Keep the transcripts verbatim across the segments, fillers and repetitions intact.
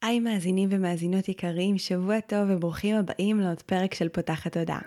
היי מאזינים ומאזינות יקרים, שבוע טוב וברוכים הבאים לעוד פרק של פותחת תודעה.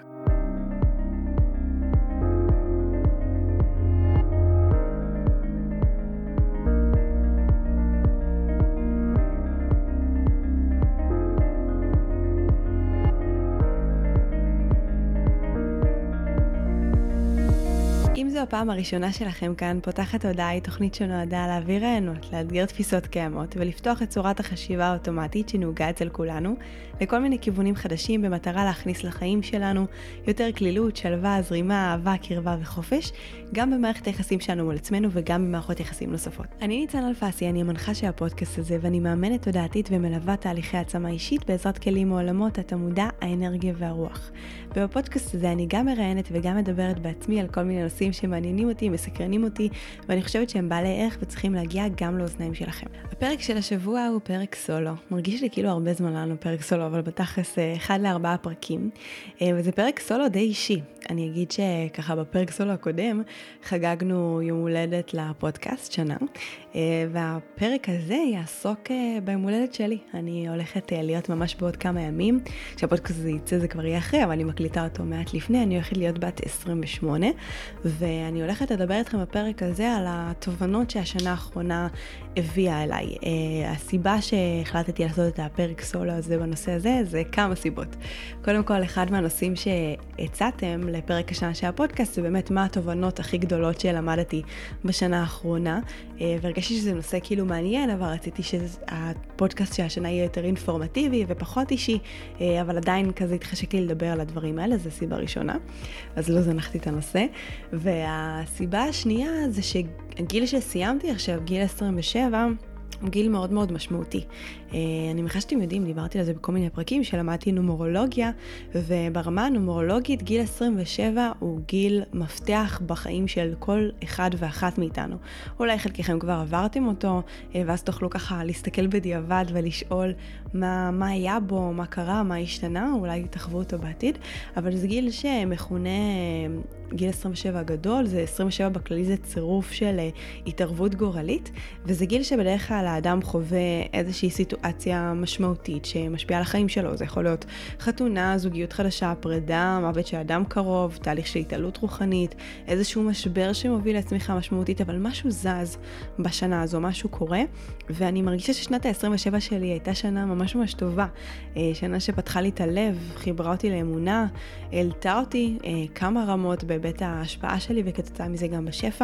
הפעם הראשונה שלכם כאן, פותחת תודעה היא תוכנית שנועדה להעביר רעיונות, לאתגר תפיסות קיימות ולפתוח את צורת החשיבה האוטומטית שנהוגה אצל כולנו לכל מיני כיוונים חדשים במטרה להכניס לחיים שלנו יותר כלילות, שלווה, זרימה, אהבה, קרבה וחופש, גם במערכת היחסים שלנו מול עצמנו וגם במערכות יחסים נוספות. אני ניצן אלפסי, אני המנחה של הפודקאסט הזה ואני מאמנת תודעתית ומלווה תהליכי העצמה אישית בעזרת כלים מעולמות התמודה, האנרגיה והרוח. ובפודקאסט הזה אני גם מראיינת וגם מדברת בעצמי על כל מיני נושאים שמעניינים אותי, מסקרנים אותי, ואני חושבת שהם בעלי ערך וצריכים להגיע גם לאוזניים שלכם. הפרק של השבוע הוא פרק סולו. מרגיש לי כאילו הרבה זמן לנו פרק סולו, אבל בתכלס אחד לארבעה פרקים. וזה פרק סולו די אישי. אני אגיד שככה בפרק סולו הקודם חגגנו יום הולדת לפודקאסט שנה, והפרק הזה יעסוק ביום הולדת שלי. אני הולכת להיות ממש בעוד כמה ימים, כשהפודקאסט הזה יצא זה כבר יהיה אחרי, אבל אני מקליטה אותו מעט לפני, אני הולכת להיות בת עשרים ושמונה, ואני הולכת לדבר איתכם בפרק הזה על התובנות שהשנה האחרונה הביאה אליי. הסיבה שהחלטתי לעשות את הפרק סולו הזה בנושא הזה, זה כמה סיבות. קודם כל, אחד מהנושאים שהצעתם לפרק השנה של הפודקאסט, זה באמת מה התובנות הכי גדולות שלמדתי בשנה האחרונה, והרגשתי שזה נושא כאילו מעניין, אבל רציתי שהפודקאסט של השנה יהיה יותר אינפורמטיבי ופחות אישי, אבל עדיין כזה התחשק לי לדבר על הדברים האלה, זו סיבה ראשונה, אז לא זנחתי את הנושא. והסיבה השנייה זה שהגיל שסיימתי עכשיו, גיל עשרים ושבע, הוא גיל מאוד מאוד משמעותי. אני מניחה שאתם יודעים, דיברתי על זה בכל מיני פרקים, שלמדתי נומרולוגיה, וברמה הנומרולוגית גיל עשרים ושבע הוא גיל מפתח בחיים של כל אחד ואחת מאיתנו. אולי חלקכם כבר עברתם אותו, ואז תוכלו ככה להסתכל בדיעבד ולשאול מה, מה היה בו, מה קרה, מה השתנה, אולי תחוו אותו בעתיד, אבל זה גיל שמכונה גיל עשרים ושבע הגדול, זה עשרים ושבע בכללי, זה צירוף של התערבות גורלית, וזה גיל שבדרך כלל האדם חווה איזושהי סיטואציה משמעותית שמשפיעה על החיים שלו. זה יכול להיות חתונה, זוגיות חדשה, פרידה, מוות של אדם קרוב, תהליך של התעלות רוחנית, איזשהו משבר שמוביל לצמיחה משמעותית, אבל משהו זז בשנה הזו, משהו קורה, ואני מרגישה ששנת ה-עשרים ושבע שלי הייתה שנה ממש ממש טובה, שנה שפתחה לי את הלב, חיברה אותי לאמונה, העלתה אותי כמה רמות בבית ההשפעה שלי, וכתוצאה מזה גם בשפע.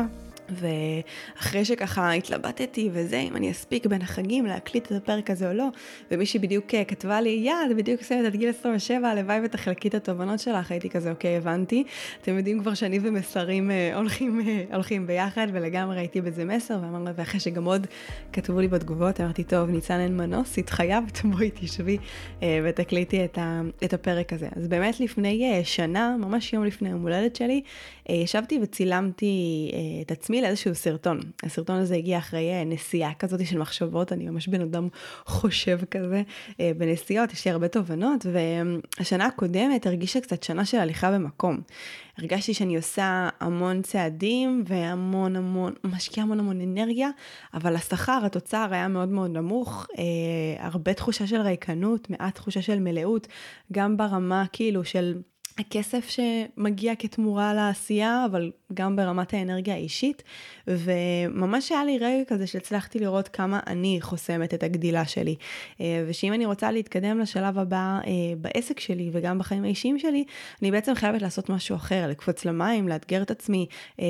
ואחרי שככה התלבטתי וזה, אם אני אספיק בין החגים להקליט את הפרק הזה או לא, ומישהי בדיוק כתבה לי, יא, זה בדיוק סיימת את גיל עשרים ושבע, הלוואי ותחלקי את התובנות שלך, הייתי כזה, אוקיי, הבנתי. אתם יודעים כבר שאני ומסרים הולכים, הולכים ביחד, ולגמרי הייתי בזה מסר, ואמרנו, ואחרי שגם עוד כתבו לי בתגובות, אמרתי, טוב, ניצן אין מנוס, התחייבת, בואי תשבי ותקליטי את, ה, את הפרק הזה. אז באמת לפני שנה, ממש יום לפני יום הולדת שלי, ישבתי וצילמתי את עצמי לאיזשהו סרטון. הסרטון הזה הגיע אחרי נסיעה כזאת של מחשבות, אני ממש בן אדם חושב כזה בנסיעות, יש לי הרבה תובנות, והשנה הקודמת הרגישה קצת שנה של הליכה במקום. הרגשתי שאני עושה המון צעדים והמון המון, משקיעה המון המון אנרגיה, אבל השכר, התוצר היה מאוד מאוד נמוך, הרבה תחושה של ריקנות, מעט תחושה של מלאות, גם ברמה כאילו של הכסף שמגיע כתמורה לעשייה, אבל גם ברמת האנרגיה האישית, וממש היה לי רגע כזה שהצלחתי לראות כמה אני חוסמת את הגדילה שלי, ושאם אני רוצה להתקדם לשלב הבא בעסק שלי וגם בחיים האישיים שלי, אני בעצם חייבת לעשות משהו אחר, לקפוץ למים, לאתגר את עצמי,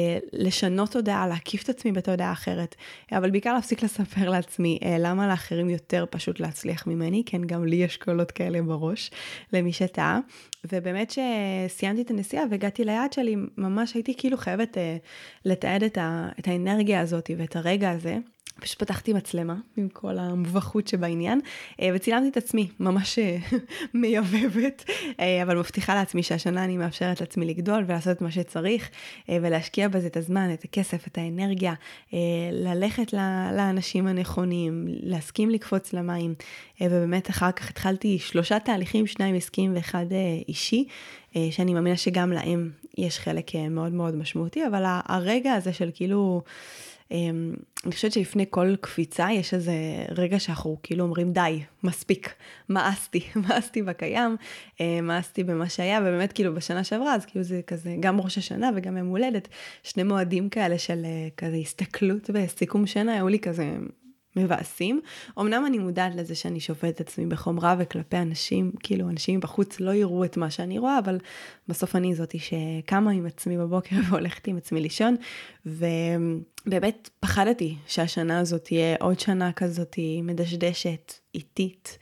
לשנות תודעה, להקיף את עצמי בתודעה אחרת, אבל בעיקר להפסיק לספר לעצמי למה לאחרים יותר פשוט להצליח ממני, כן, גם לי יש קולות כאלה בראש, למי שטעה, ובאמת שסיימתי את הנסיעה והגעתי ליעד שלי, ממש הייתי כאילו חייבת אה, לתעד את, ה, את האנרגיה הזאת ואת הרגע הזה. פשוט פתחתי מצלמה עם כל המובכות שבעניין, אה, וצילמתי את עצמי, ממש אה, מייבבת, אה, אבל מבטיחה לעצמי שהשנה אני מאפשרת לעצמי לגדול ולעשות את מה שצריך, אה, ולהשקיע בזה את הזמן, את הכסף, את האנרגיה, אה, ללכת לאנשים הנכונים, להסכים לקפוץ למים, אה, ובאמת אחר כך התחלתי שלושה תהליכים, שניים עסקיים ואחד אה, אישי, אה, שאני מאמינה שגם להם יש חלק אה, מאוד מאוד משמעותי, אבל הרגע הזה של כאילו אני חושבת שלפני כל קפיצה יש איזה רגע שאנחנו כאילו אומרים די, מספיק, מאסתי, מאסתי בקיים, מאסתי במה שהיה, ובאמת כאילו בשנה שעברה, אז כאילו זה כזה גם ראש השנה וגם יום הולדת, שני מועדים כאלה של כזה הסתכלות וסיכום שנה, היו לי כזה מבאסים. אמנם אני מודעת לזה שאני שופטת עצמי בחומרה וכלפי אנשים, כאילו אנשים בחוץ לא יראו את מה שאני רואה, אבל בסוף אני זאתי שקמה עם עצמי בבוקר והולכת עם עצמי לישון, ובאמת פחדתי שהשנה הזאת תהיה עוד שנה כזאת מדשדשת, איטית,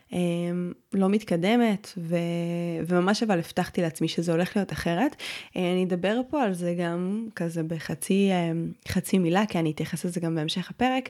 לא מתקדמת, ו... וממש אבל הבטחתי לעצמי שזה הולך להיות אחרת. אני אדבר פה על זה גם כזה בחצי חצי מילה, כי אני אתייחס לזה גם בהמשך הפרק,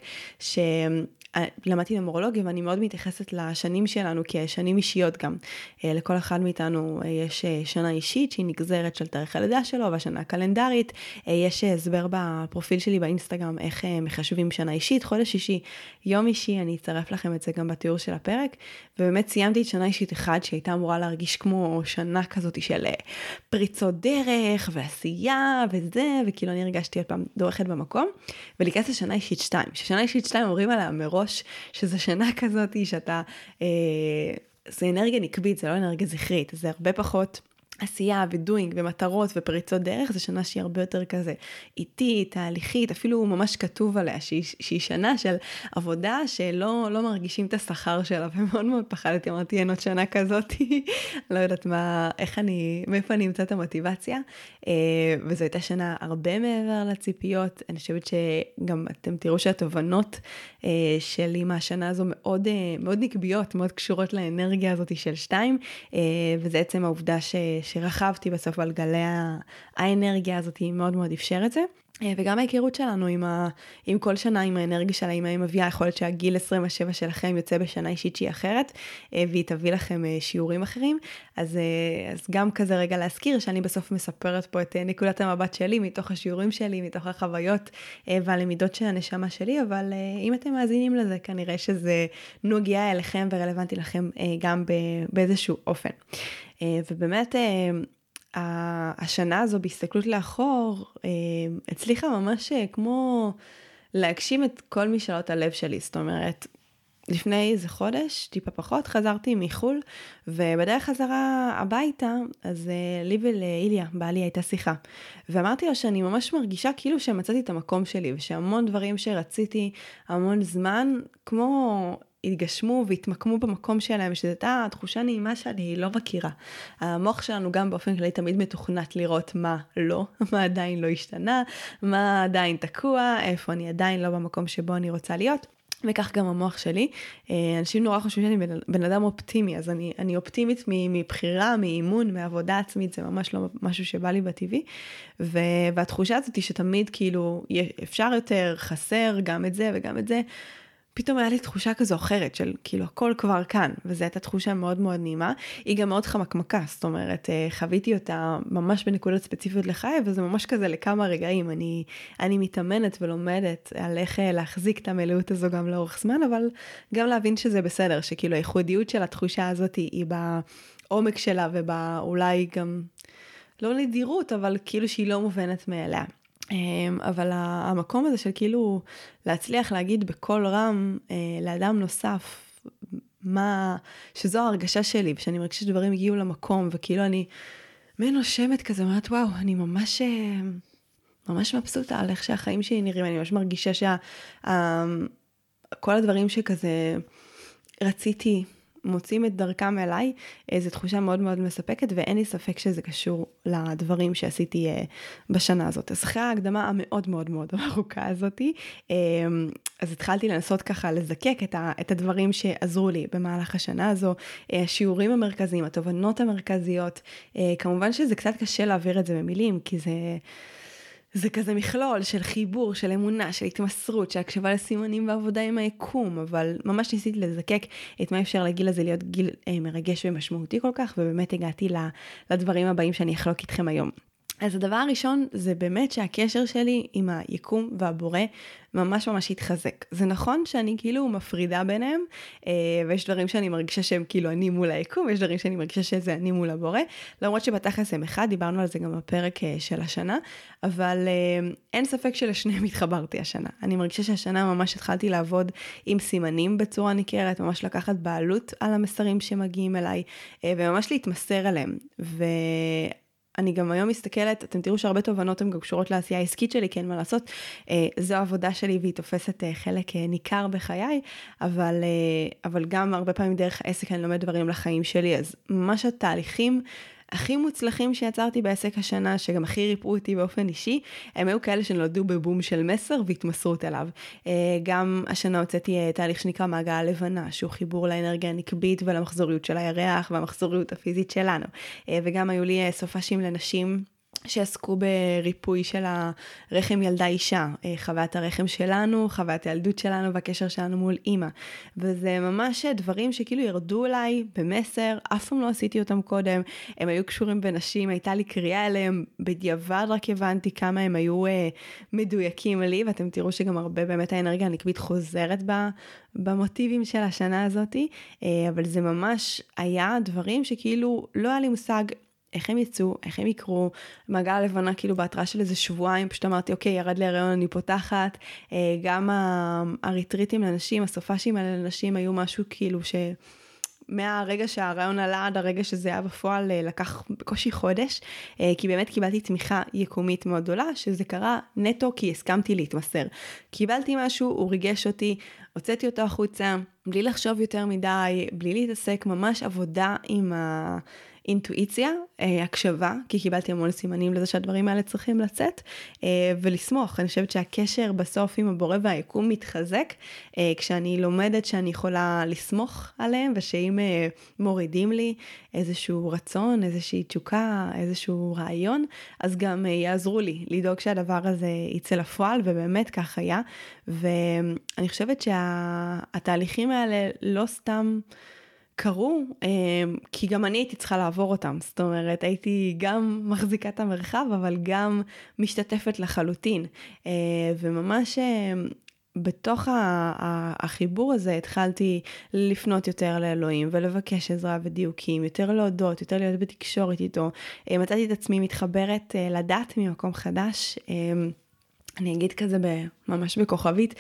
שלמדתי נומרולוגיה, ואני מאוד מתייחסת לשנים שלנו, כי שנים אישיות גם. לכל אחד מאיתנו יש שנה אישית, שהיא נגזרת של תאריך הלידה שלו, והשנה הקלנדרית. יש הסבר בפרופיל שלי באינסטגרם, איך מחשבים שנה אישית, חודש אישי, יום אישי, אני אצרף לכם את זה גם בתיאור של הפרק, ובאמת סיימתי את שנה אישית אחד, שהייתה אמורה להרגיש כמו שנה כזאת של פריצות דרך, ועשייה, וזה, וכאילו אני הרגשתי עוד פעם דורכת במקום, ולהיכנס לשנה אישית שתיים, ששנה אישית שתיים אומרים עליה מראש, שזו שנה כזאת שאתה, אה, זה אנרגיה נקבית, זה לא אנרגיה זכרית, זה הרבה פחות עשייה ודוינג ומטרות ופריצות דרך, זה שנה שהיא הרבה יותר כזה איטית, תהליכית, אפילו ממש כתוב עליה, שהיא, שהיא שנה של עבודה שלא לא מרגישים את השכר שלה, ומאוד מאוד פחדתי, אמרתי, אין עוד שנה כזאת, לא יודעת מה, איך אני, מאיפה אני אמצא את המוטיבציה, וזו הייתה שנה הרבה מעבר לציפיות, אני חושבת שגם אתם תראו שהתובנות שלי מהשנה הזו מאוד, מאוד נקביות, מאוד קשורות לאנרגיה הזאת של שתיים, וזה עצם העובדה ש שרחבתי בסוף על גלי האנרגיה הזאת, היא מאוד מאוד אפשר את זה. וגם ההיכרות שלנו עם, ה, עם כל שנה, עם האנרגיה שלה, עם האמא, יכול להיות שהגיל עשרים ושבע שלכם יוצא בשנה אישית שהיא אחרת, והיא תביא לכם שיעורים אחרים. אז, אז גם כזה רגע להזכיר שאני בסוף מספרת פה את נקודת המבט שלי, מתוך השיעורים שלי, מתוך החוויות והלמידות של הנשמה שלי, אבל אם אתם מאזינים לזה, כנראה שזה נוגע אליכם ורלוונטי לכם גם באיזשהו אופן. ובאמת, השנה הזו בהסתכלות לאחור, הצליחה ממש כמו להגשים את כל משאלות הלב שלי. זאת אומרת, לפני איזה חודש, טיפה פחות, חזרתי מחול, ובדרך חזרה הביתה, אז לי ולאיליה, בעלי הייתה שיחה. ואמרתי לו שאני ממש מרגישה כאילו שמצאתי את המקום שלי, ושהמון דברים שרציתי המון זמן, כמו התגשמו והתמקמו במקום שלהם, שזו הייתה תחושה נעימה שאני לא מכירה. המוח שלנו גם באופן כללי תמיד מתוכנת לראות מה לא, מה עדיין לא השתנה, מה עדיין תקוע, איפה אני עדיין לא במקום שבו אני רוצה להיות. וכך גם המוח שלי. אנשים נורא חושבים שאני בן, בן אדם אופטימי, אז אני, אני אופטימית מבחירה, מאימון, מעבודה עצמית, זה ממש לא משהו שבא לי בטבעי. ו, והתחושה הזאת היא שתמיד כאילו אפשר יותר, חסר גם את זה וגם את זה. פתאום היה לי תחושה כזו אחרת של כאילו הכל כבר כאן, וזו הייתה תחושה מאוד מאוד נעימה. היא גם מאוד חמקמקה, זאת אומרת, חוויתי אותה ממש בנקודות ספציפיות לחיי, וזה ממש כזה לכמה רגעים. אני, אני מתאמנת ולומדת על איך להחזיק את המלאות הזו גם לאורך זמן, אבל גם להבין שזה בסדר, שכאילו הייחודיות של התחושה הזאת היא בעומק שלה, ובאולי גם, לא נדירות, אבל כאילו שהיא לא מובנת מאליה. אבל המקום הזה של כאילו להצליח להגיד בכל רם לאדם נוסף מה, שזו ההרגשה שלי, ושאני מרגישה שדברים הגיעו למקום, וכאילו אני מנושמת כזה, אומרת וואו, אני ממש ממש מבסוטה על איך שהחיים שלי נראים, אני ממש מרגישה שכל הדברים שכזה רציתי מוצאים את דרכם אליי, זו תחושה מאוד מאוד מספקת, ואין לי ספק שזה קשור לדברים שעשיתי בשנה הזאת. אז אחרי ההקדמה המאוד מאוד מאוד ארוכה הזאת, אז התחלתי לנסות ככה לזקק את הדברים שעזרו לי במהלך השנה הזו, השיעורים המרכזיים, התובנות המרכזיות, כמובן שזה קצת קשה להעביר את זה במילים, כי זה זה כזה מכלול של חיבור, של אמונה, של התמסרות, של הקשבה לסימנים בעבודה עם היקום, אבל ממש ניסיתי לזקק את מה אפשר לגיל הזה להיות גיל אה, מרגש ומשמעותי כל כך, ובאמת הגעתי לדברים הבאים שאני אחלוק איתכם היום. אז הדבר הראשון זה באמת שהקשר שלי עם היקום והבורא ממש ממש התחזק. זה נכון שאני כאילו מפרידה ביניהם, ויש דברים שאני מרגישה שהם כאילו אני מול היקום, ויש דברים שאני מרגישה שזה אני מול הבורא, למרות שבתכלס הם אחד, דיברנו על זה גם בפרק של השנה, אבל אין ספק שלשניהם התחברתי השנה. אני מרגישה שהשנה ממש התחלתי לעבוד עם סימנים בצורה ניכרת, ממש לקחת בעלות על המסרים שמגיעים אליי, וממש להתמסר עליהם. ו... אני גם היום מסתכלת, אתם תראו שהרבה תובנות הן גם קשורות לעשייה העסקית שלי, כי אין מה לעשות, אה, זו העבודה שלי והיא תופסת אה, חלק אה, ניכר בחיי, אבל, אה, אבל גם הרבה פעמים דרך העסק אני לומד דברים לחיים שלי, אז ממש התהליכים הכי מוצלחים שיצרתי בעסק השנה, שגם הכי ריפאו אותי באופן אישי, הם היו כאלה שנולדו בבום של מסר והתמסרות אליו. גם השנה הוצאתי תהליך שנקרא מעגל הלבנה, שהוא חיבור לאנרגיה הנקבית ולמחזוריות של הירח והמחזוריות הפיזית שלנו. וגם היו לי סופשים לנשים שעסקו בריפוי של הרחם ילדה אישה, חוויית הרחם שלנו, חוויית הילדות שלנו והקשר שלנו מול אימא. וזה ממש דברים שכאילו ירדו אליי במסר, אף פעם לא עשיתי אותם קודם, הם היו קשורים בנשים, הייתה לי קריאה אליהם, בדיעבד רק הבנתי כמה הם היו מדויקים לי, ואתם תראו שגם הרבה באמת האנרגיה הנקבית חוזרת במוטיבים של השנה הזאת, אבל זה ממש היה דברים שכאילו לא היה לי מושג איך הם יצאו, איך הם יקרו, מעגל הלבנה כאילו בהתראה של איזה שבועיים, פשוט אמרתי, אוקיי, ירד להיריון, אני פותחת, גם הריטריטים לנשים, הסופשים האלה לנשים היו משהו כאילו ש... מהרגע שהרעיון עלה עד הרגע שזה היה בפועל לקח בקושי חודש, כי באמת קיבלתי תמיכה יקומית מאוד גדולה, שזה קרה נטו כי הסכמתי להתמסר. קיבלתי משהו, הוא ריגש אותי, הוצאתי אותו החוצה, בלי לחשוב יותר מדי, בלי להתעסק, ממש עבודה עם ה... אינטואיציה, הקשבה, כי קיבלתי המון סימנים לזה שהדברים האלה צריכים לצאת, ולסמוך. אני חושבת שהקשר בסוף עם הבורא והיקום מתחזק, כשאני לומדת שאני יכולה לסמוך עליהם, ושאם מורידים לי איזשהו רצון, איזושהי תשוקה, איזשהו רעיון, אז גם יעזרו לי לדאוג שהדבר הזה יצא לפועל, ובאמת כך היה. ואני חושבת שהתהליכים האלה לא סתם קרו, כי גם אני הייתי צריכה לעבור אותם, זאת אומרת, הייתי גם מחזיקה את המרחב, אבל גם משתתפת לחלוטין, וממש בתוך החיבור הזה התחלתי לפנות יותר לאלוהים, ולבקש עזרה ודיוקים, יותר להודות, יותר להיות בתקשורת איתו, מצאתי את עצמי מתחברת לדעת ממקום חדש, אני אגיד כזה ממש בכוכבית,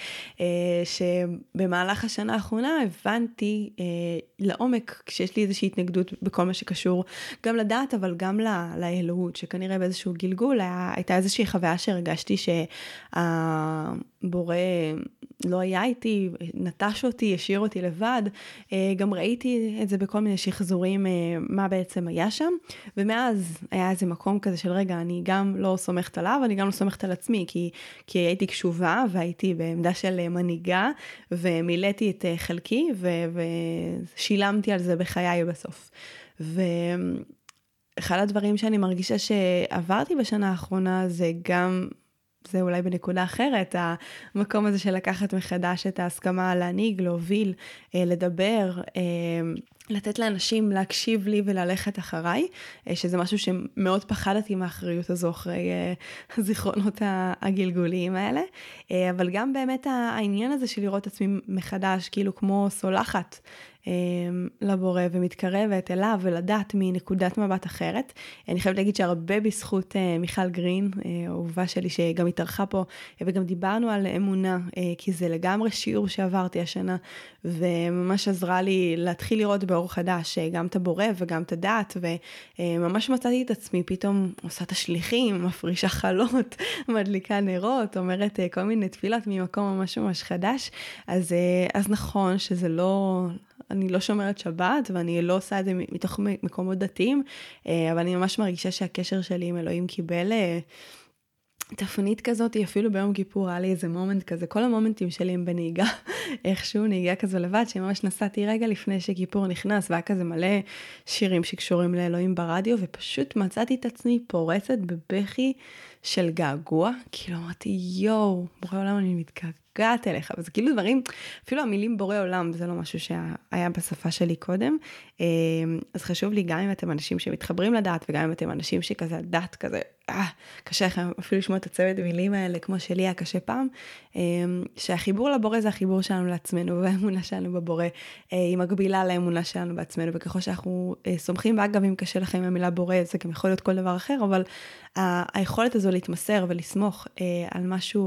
שבמהלך השנה האחרונה הבנתי לעומק, כשיש לי איזושהי התנגדות בכל מה שקשור, גם לדעת, אבל גם לאלוהות, שכנראה באיזשהו גלגול, הייתה איזושהי חוויה שהרגשתי שהבורא לא היה איתי, נטש אותי, השאיר אותי לבד, גם ראיתי את זה בכל מיני שחזורים, מה בעצם היה שם, ומאז היה איזה מקום כזה של רגע, אני גם לא סומכת עליו, אני גם לא סומכת על עצמי, כי, כי הייתי קשובה, והייתי בעמדה של מנהיגה, ומילאתי את חלקי, ו, ושילמתי על זה בחיי בסוף. ואחד הדברים שאני מרגישה שעברתי בשנה האחרונה, זה גם... זה אולי בנקודה אחרת, המקום הזה של לקחת מחדש את ההסכמה להנהיג, להוביל, לדבר, לתת לאנשים להקשיב לי וללכת אחריי, שזה משהו שמאוד פחדתי מהאחריות הזו אחרי הזיכרונות הגלגוליים האלה, אבל גם באמת העניין הזה של לראות עצמי מחדש, כאילו כמו סולחת, לבורא ומתקרבת אליו ולדעת מנקודת מבט אחרת. אני חייבת להגיד שהרבה בזכות מיכל גרין, אהובה שלי שגם התארחה פה, וגם דיברנו על אמונה, כי זה לגמרי שיעור שעברתי השנה, וממש עזרה לי להתחיל לראות באור חדש, גם את הבורא וגם את הדעת, וממש מצאתי את עצמי, פתאום עושה את השליחים, מפרישה חלות, מדליקה נרות, אומרת כל מיני תפילות ממקום ממש ממש חדש, אז, אז נכון שזה לא... אני לא שומרת שבת, ואני לא עושה את זה מתוך מקומות דתיים, אבל אני ממש מרגישה שהקשר שלי עם אלוהים קיבל תפנית כזאת, אפילו ביום כיפור היה לי איזה מומנט כזה, כל המומנטים שלי הם בנהיגה, איכשהו נהיגה כזו לבד, שממש נסעתי רגע לפני שכיפור נכנס, והיה כזה מלא שירים שקשורים לאלוהים ברדיו, ופשוט מצאתי את עצמי פורצת בבכי של געגוע, כאילו אמרתי, יואו, בורא עולם אני מתגעגעת. משגעת אליך, וזה כאילו דברים, אפילו המילים בורא עולם, זה לא משהו שהיה בשפה שלי קודם, אז חשוב לי גם אם אתם אנשים שמתחברים לדעת, וגם אם אתם אנשים שכזה דעת כזה, אה, קשה לכם אפילו לשמוע את הצוות המילים האלה, כמו שלי היה קשה פעם, שהחיבור לבורא זה החיבור שלנו לעצמנו, והאמונה שלנו בבורא, היא מקבילה לאמונה שלנו בעצמנו, וככל שאנחנו סומכים, ואגב, אם קשה לכם עם המילה בורא, זה גם יכול להיות כל דבר אחר, אבל היכולת הזו להתמסר ולסמוך על משהו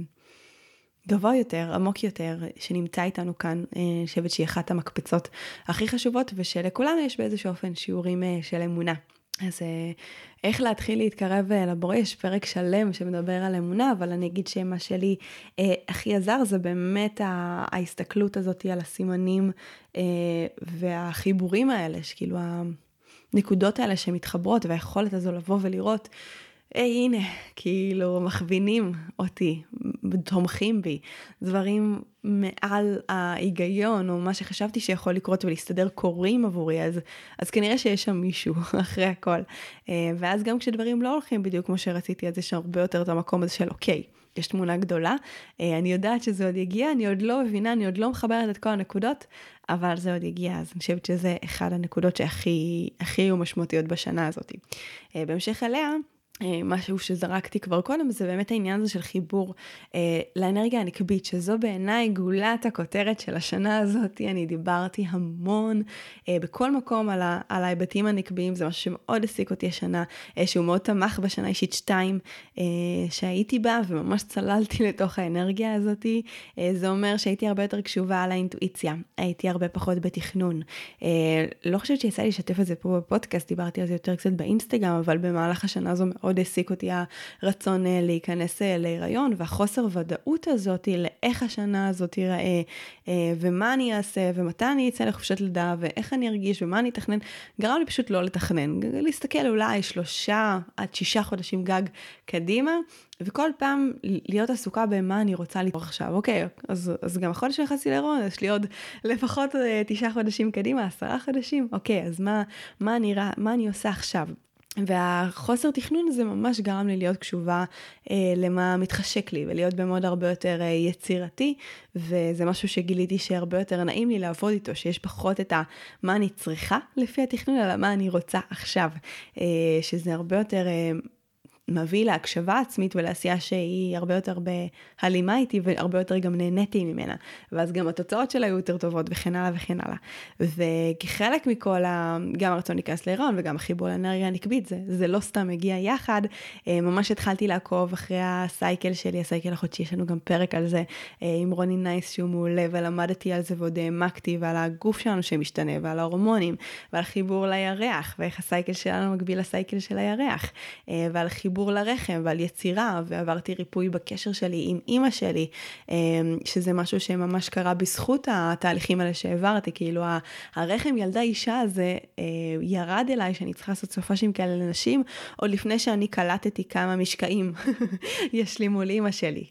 גבוה יותר, עמוק יותר, שנמצא איתנו כאן, אני חושבת שהיא אחת המקפצות הכי חשובות, ושלכולנו יש באיזשהו אופן שיעורים של אמונה. אז איך להתחיל להתקרב לבורא, יש פרק שלם שמדבר על אמונה, אבל אני אגיד שמה שלי אה, הכי עזר זה באמת ההסתכלות הזאת על הסימנים אה, והחיבורים האלה, שכאילו הנקודות האלה שמתחברות, והיכולת הזו לבוא ולראות, היי, הנה, כאילו מכווינים אותי, תומכים בי, דברים מעל ההיגיון, או מה שחשבתי שיכול לקרות ולהסתדר קורים עבורי, אז, אז כנראה שיש שם מישהו אחרי הכל. ואז גם כשדברים לא הולכים בדיוק כמו שרציתי, אז יש הרבה יותר את המקום הזה של אוקיי, יש תמונה גדולה, אני יודעת שזה עוד יגיע, אני עוד לא מבינה, אני עוד לא מחברת את כל הנקודות, אבל זה עוד יגיע, אז אני חושבת שזה אחד הנקודות שהכי, הכי היו משמעותיות בשנה הזאת. בהמשך אליה, משהו שזרקתי כבר קודם, זה באמת העניין הזה של חיבור אה, לאנרגיה הנקבית, שזו בעיניי גאולת הכותרת של השנה הזאת. אני דיברתי המון אה, בכל מקום על, ה, על ההיבטים הנקביים, זה משהו שמאוד העסיק אותי השנה, אה, שהוא מאוד תמך בשנה אישית שתיים, אה, שהייתי בה וממש צללתי לתוך האנרגיה הזאת. אה, זה אומר שהייתי הרבה יותר קשובה על האינטואיציה, הייתי הרבה פחות בתכנון. אה, לא חושבת שיצא לי לשתף את זה פה בפודקאסט, דיברתי על זה יותר קצת באינסטגרם, אבל במהלך השנה הזו מאוד עוד העסיק אותי הרצון להיכנס להיריון, והחוסר ודאות הזאת לאיך השנה הזאת ייראה, ומה אני אעשה, ומתי אני אצא לחופשת לידה, ואיך אני ארגיש, ומה אני אתכנן, גרם לי פשוט לא לתכנן, להסתכל אולי שלושה עד שישה חודשים גג קדימה, וכל פעם להיות עסוקה במה אני רוצה לתוך עכשיו. אוקיי, אז, אז גם החודש שנכנסתי להיריון, יש לי עוד לפחות תשעה חודשים קדימה, עשרה חודשים, אוקיי, אז מה, מה אני, מה אני עושה עכשיו? והחוסר תכנון הזה ממש גרם לי להיות קשובה אה, למה מתחשק לי, ולהיות במוד הרבה יותר אה, יצירתי, וזה משהו שגיליתי שהרבה יותר נעים לי לעבוד איתו, שיש פחות את ה, מה אני צריכה לפי התכנון, אלא מה אני רוצה עכשיו, אה, שזה הרבה יותר אה, מביא להקשבה עצמית ולעשייה שהיא הרבה יותר בהלימה איתי, והרבה יותר גם נהניתי ממנה, ואז גם התוצאות שלה היו יותר טובות, וכן הלאה וכן הלאה. וכחלק מכל, ה... גם הרצון להיכנס להיריון, וגם החיבור לאנרגיה הנקבית, זה, זה לא סתם מגיע יחד, ממש התחלתי לעקוב אחרי הסייקל שלי, הסייקל החודשי, יש לנו גם פרק על זה, עם רוני נייס שהוא מעולה, ולמדתי על זה ועוד העמקתי, ועל הגוף שלנו שמשתנה, ועל ההורמונים, ועל חיבור לירח, ואיך הסייקל שלנו מקביל לסייקל של הירח, ועל חיבור לרחם ועל יצירה, ועברתי ריפוי בקשר שלי עם אמא שלי, שזה משהו שממש קרה בזכות התהליכים האלה שהעברתי, כאילו הרחם ילדה אישה הזה ירד אליי שאני צריכה לעשות סופשים כאלה לנשים, עוד לפני שאני קלטתי כמה משקעים יש לי מול אמא שלי.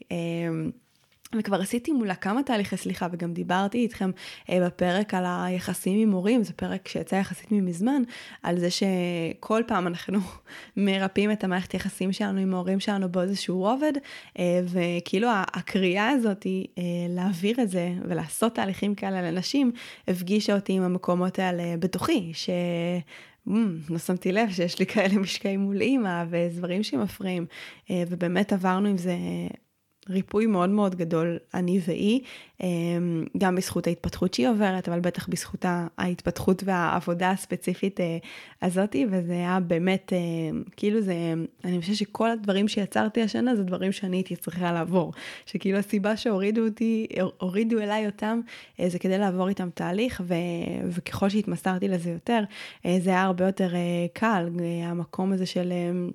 וכבר עשיתי מולה כמה תהליכי סליחה, וגם דיברתי איתכם אה, בפרק על היחסים עם הורים, זה פרק שיצא יחסית ממזמן, על זה שכל פעם אנחנו מרפאים את המערכת יחסים שלנו עם ההורים שלנו באיזשהו רובד, אה, וכאילו הקריאה הזאת היא אה, להעביר את זה ולעשות תהליכים כאלה לנשים, הפגישה אותי עם המקומות האלה בתוכי, ש... Mm, לא שמתי לב שיש לי כאלה משקעים מול אמא ודברים שמפריעים, אה, ובאמת עברנו עם זה ריפוי מאוד מאוד גדול, אני והיא, גם בזכות ההתפתחות שהיא עוברת, אבל בטח בזכות ההתפתחות והעבודה הספציפית הזאת, וזה היה באמת, כאילו זה, אני חושבת שכל הדברים שיצרתי השנה, זה דברים שאני הייתי צריכה לעבור, שכאילו הסיבה שהורידו אותי, הורידו אליי אותם, זה כדי לעבור איתם תהליך, ו, וככל שהתמסרתי לזה יותר, זה היה הרבה יותר קל, המקום הזה של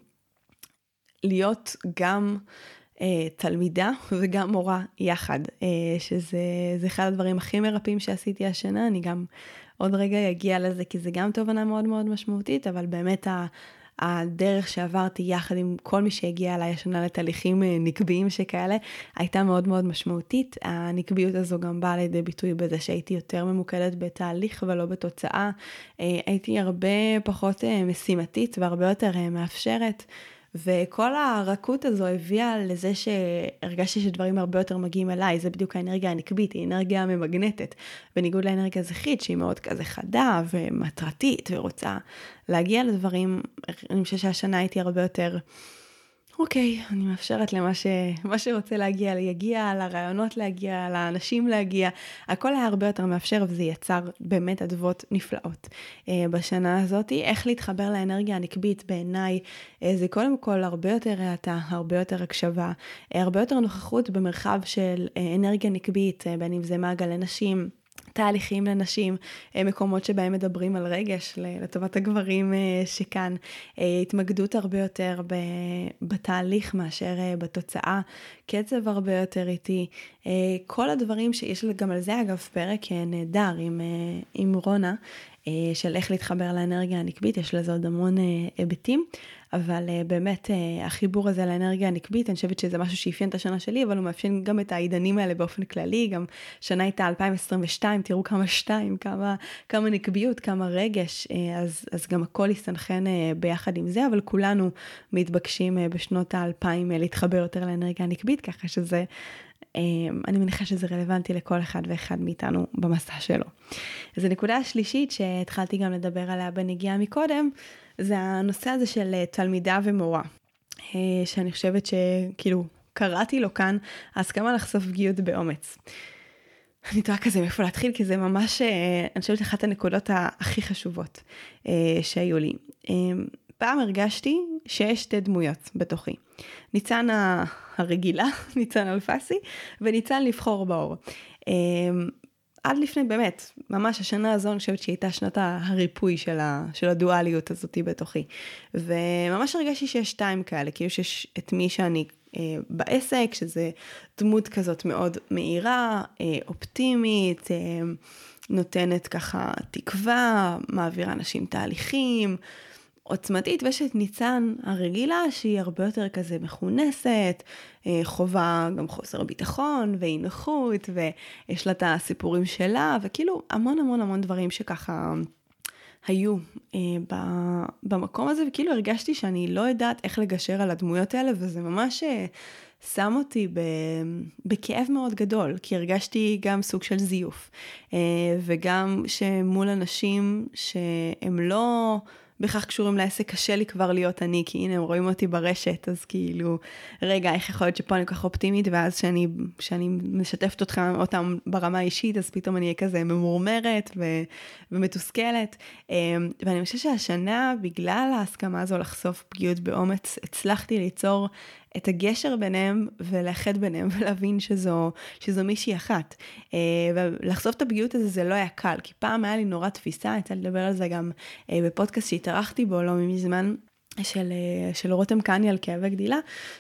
להיות גם תלמידה וגם מורה יחד, שזה זה אחד הדברים הכי מרפאים שעשיתי השנה. אני גם עוד רגע אגיע לזה, כי זה גם תובנה מאוד מאוד משמעותית, אבל באמת הדרך שעברתי יחד עם כל מי שהגיע אליי השנה לתהליכים נקביים שכאלה, הייתה מאוד מאוד משמעותית. הנקביות הזו גם באה לידי ביטוי בזה שהייתי יותר ממוקדת בתהליך ולא בתוצאה. הייתי הרבה פחות משימתית והרבה יותר מאפשרת, וכל הרכות הזו הביאה לזה שהרגשתי שדברים הרבה יותר מגיעים אליי, זה בדיוק האנרגיה הנקבית, היא אנרגיה ממגנטת, בניגוד לאנרגיה זכרית שהיא מאוד כזה חדה ומטרתית ורוצה להגיע לדברים. אני חושבת שהשנה הייתי הרבה יותר, אוקיי, אני מאפשרת למה ש... מה שרוצה להגיע, להגיע, לרעיונות להגיע, לאנשים להגיע, הכל היה הרבה יותר מאפשר, וזה יצר באמת אדוות נפלאות. בשנה הזאת, איך להתחבר לאנרגיה הנקבית בעיניי, זה קודם כל הרבה יותר ראתה, הרבה יותר הקשבה, הרבה יותר נוכחות במרחב של אנרגיה נקבית, בין אם זה מעגל לנשים, תהליכים לנשים, מקומות שבהם מדברים על רגש לטובת הגברים שכאן, התמקדות הרבה יותר בתהליך מאשר בתוצאה, קצב הרבה יותר איטי, כל הדברים שיש גם על זה אגב פרק נהדר עם, עם רונה, של איך להתחבר לאנרגיה הנקבית, יש לזה עוד המון היבטים, אבל באמת החיבור הזה לאנרגיה הנקבית, אני חושבת שזה משהו שאפיין את השנה שלי, אבל הוא מאפיין גם את העידנים האלה באופן כללי, גם שנה הייתה אלפיים עשרים ושתיים, תראו כמה שתיים, כמה, כמה נקביות, כמה רגש, אז, אז גם הכל יסתנכן ביחד עם זה, אבל כולנו מתבקשים בשנות האלפיים להתחבר יותר לאנרגיה הנקבית, ככה שזה, אני מניחה שזה רלוונטי לכל אחד ואחד מאיתנו במסע שלו. אז הנקודה השלישית שהתחלתי גם לדבר עליה בנגיעה מקודם, זה הנושא הזה של תלמידה ומורה, שאני חושבת שכאילו קראתי לו כאן, ההסכמה לחשוף פגיעות באומץ. אני תוהה כזה מאיפה להתחיל, כי זה ממש, אני חושבת אחת הנקודות הכי חשובות שהיו לי. פעם הרגשתי שיש שתי דמויות בתוכי. ניצן הרגילה, ניצן אלפסי, וניצן לבחור באור. עד לפני באמת, ממש השנה הזו, אני חושבת שהיא הייתה שנת הריפוי של, ה, של הדואליות הזאת בתוכי. וממש הרגשתי שיש שתיים כאלה, כאילו שיש את מי שאני אה, בעסק, שזה דמות כזאת מאוד מהירה, אה, אופטימית, אה, נותנת ככה תקווה, מעבירה אנשים תהליכים, עוצמתית, ויש את ניצן הרגילה שהיא הרבה יותר כזה מכונסת, חובה גם חוסר ביטחון ואי נוחות, ויש לה את הסיפורים שלה, וכאילו המון המון המון דברים שככה היו במקום הזה, וכאילו הרגשתי שאני לא יודעת איך לגשר על הדמויות האלה, וזה ממש שם אותי בכאב מאוד גדול, כי הרגשתי גם סוג של זיוף, וגם שמול אנשים שהם לא בכך קשורים לעסק, קשה לי כבר להיות אני, כי הנה הם רואים אותי ברשת, אז כאילו, רגע, איך יכול להיות שפה אני כל כך אופטימית, ואז שאני, שאני משתפת אותך, אותם ברמה האישית, אז פתאום אני אהיה כזה ממורמרת ו, ומתוסכלת, ואני חושבת שהשנה, בגלל ההסכמה הזו לחשוף פגיעות באומץ, הצלחתי ליצור את הגשר ביניהם ולאחד ביניהם ולהבין שזו, שזו מישהי אחת. ולחשוף את הפגיעות הזה זה לא היה קל, כי פעם היה לי נורא תפיסה, יצא לדבר על זה גם בפודקאסט שהתארחתי בו לא מזמן, של, של רותם קני על כאבי גדילה,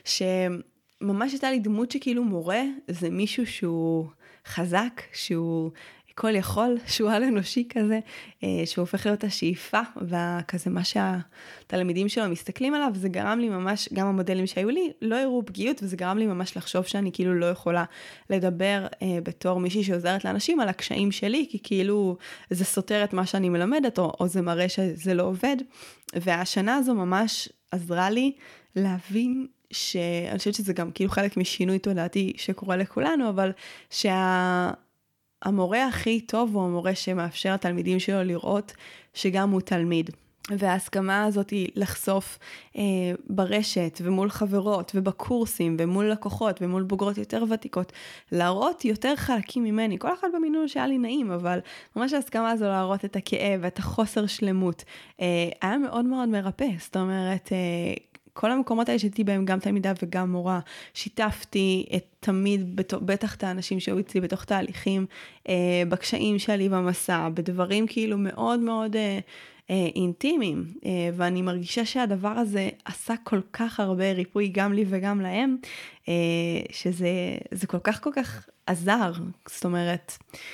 שממש הייתה לי דמות שכאילו מורה, זה מישהו שהוא חזק, שהוא כל יכול, שהוא על אנושי כזה, שהוא הופך להיות השאיפה, וכזה מה שהתלמידים שלו מסתכלים עליו, זה גרם לי ממש, גם המודלים שהיו לי, לא הראו פגיעות, וזה גרם לי ממש לחשוב שאני כאילו לא יכולה לדבר בתור מישהי שעוזרת לאנשים על הקשיים שלי, כי כאילו זה סותר את מה שאני מלמדת, או, או זה מראה שזה לא עובד, והשנה הזו ממש עזרה לי להבין שאני חושבת שזה גם כאילו חלק משינוי תודעתי שקורה לכולנו, אבל שה... המורה הכי טוב הוא המורה שמאפשר לתלמידים שלו לראות שגם הוא תלמיד. וההסכמה הזאת היא לחשוף אה, ברשת ומול חברות ובקורסים ומול לקוחות ומול בוגרות יותר ותיקות, להראות יותר חלקים ממני, כל אחד במינון שהיה לי נעים, אבל ממש ההסכמה הזו להראות את הכאב ואת החוסר שלמות, אה, היה מאוד מאוד מרפא, זאת אומרת, אה, כל המקומות האלה שהייתי בהם גם תלמידה וגם מורה, שיתפתי את תמיד, בטח את האנשים שהיו אצלי בתוך תהליכים, אה, בקשיים שלי במסע, בדברים כאילו מאוד מאוד אה, אה, אינטימיים, אה, ואני מרגישה שהדבר הזה עשה כל כך הרבה ריפוי גם לי וגם להם, אה, שזה זה כל כך כל כך עזר, זאת אומרת,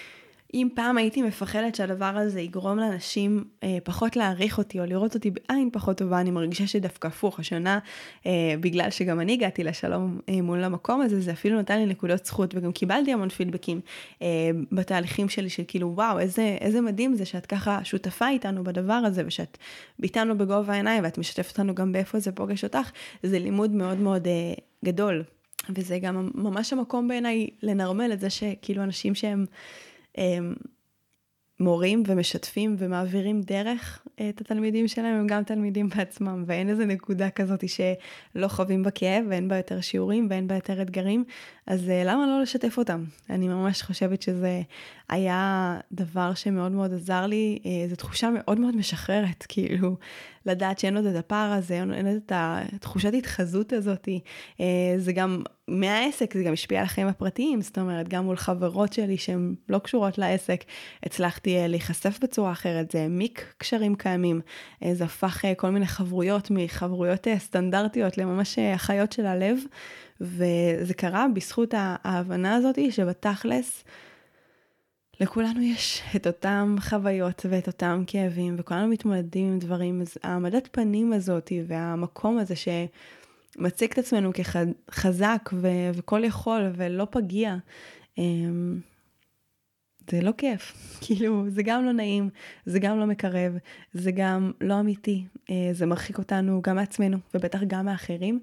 אם פעם הייתי מפחדת שהדבר הזה יגרום לאנשים אה, פחות להעריך אותי, או לראות אותי בעין פחות טובה, אני מרגישה שדווקא הפוך. השנה, אה, בגלל שגם אני הגעתי לשלום אה, מול המקום הזה, זה אפילו נתן לי נקודות זכות, וגם קיבלתי המון פידבקים אה, בתהליכים שלי, של כאילו, וואו, איזה, איזה מדהים זה שאת ככה שותפה איתנו בדבר הזה, ושאת ביטנו בגובה העיניים, ואת משתפת אותנו גם באיפה זה פוגש אותך. זה לימוד מאוד מאוד אה, גדול. וזה גם ממש המקום בעיניי לנרמל את זה שכאילו אנשים שהם הם, מורים ומשתפים ומעבירים דרך את התלמידים שלהם, הם גם תלמידים בעצמם, ואין איזה נקודה כזאת שלא חווים בכאב, ואין בה יותר שיעורים, ואין בה יותר אתגרים, אז למה לא לשתף אותם? אני ממש חושבת שזה היה דבר שמאוד מאוד עזר לי, זו תחושה מאוד מאוד משחררת, כאילו, לדעת שאין עוד את הפער הזה, אין עוד את התחושת התחזות הזאת, זה גם מהעסק, זה גם השפיע על החיים הפרטיים, זאת אומרת, גם מול חברות שלי שהן לא קשורות לעסק, הצלחתי להיחשף בצורה אחרת, זה העמיק קשרים קיימים, זה הפך כל מיני חברויות מחברויות סטנדרטיות לממש החיות של הלב, וזה קרה בזכות ההבנה הזאת שבתכלס, לכולנו יש את אותם חוויות ואת אותם כאבים, וכולנו מתמודדים עם דברים, אז העמדת פנים הזאת והמקום הזה שמציג את עצמנו כחזק ו- וכל יכול ולא פגיע, זה לא כיף, כאילו זה גם לא נעים, זה גם לא מקרב, זה גם לא אמיתי, זה מרחיק אותנו גם מעצמנו ובטח גם מאחרים,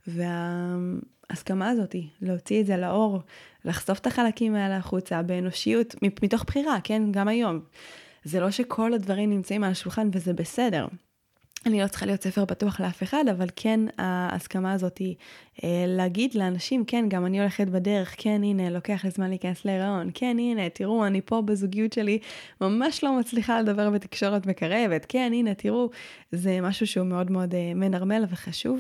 וההסכמה הזאת, להוציא את זה לאור, לחשוף את החלקים האלה החוצה באנושיות, מתוך בחירה, כן, גם היום. זה לא שכל הדברים נמצאים על השולחן וזה בסדר. אני לא צריכה להיות ספר פתוח לאף אחד, אבל כן ההסכמה הזאת היא להגיד לאנשים, כן, גם אני הולכת בדרך, כן, הנה, לוקח לי זמן להיכנס להיריון, כן, הנה, תראו, אני פה בזוגיות שלי, ממש לא מצליחה לדבר בתקשורת מקרבת, כן, הנה, תראו, זה משהו שהוא מאוד מאוד מנרמל וחשוב,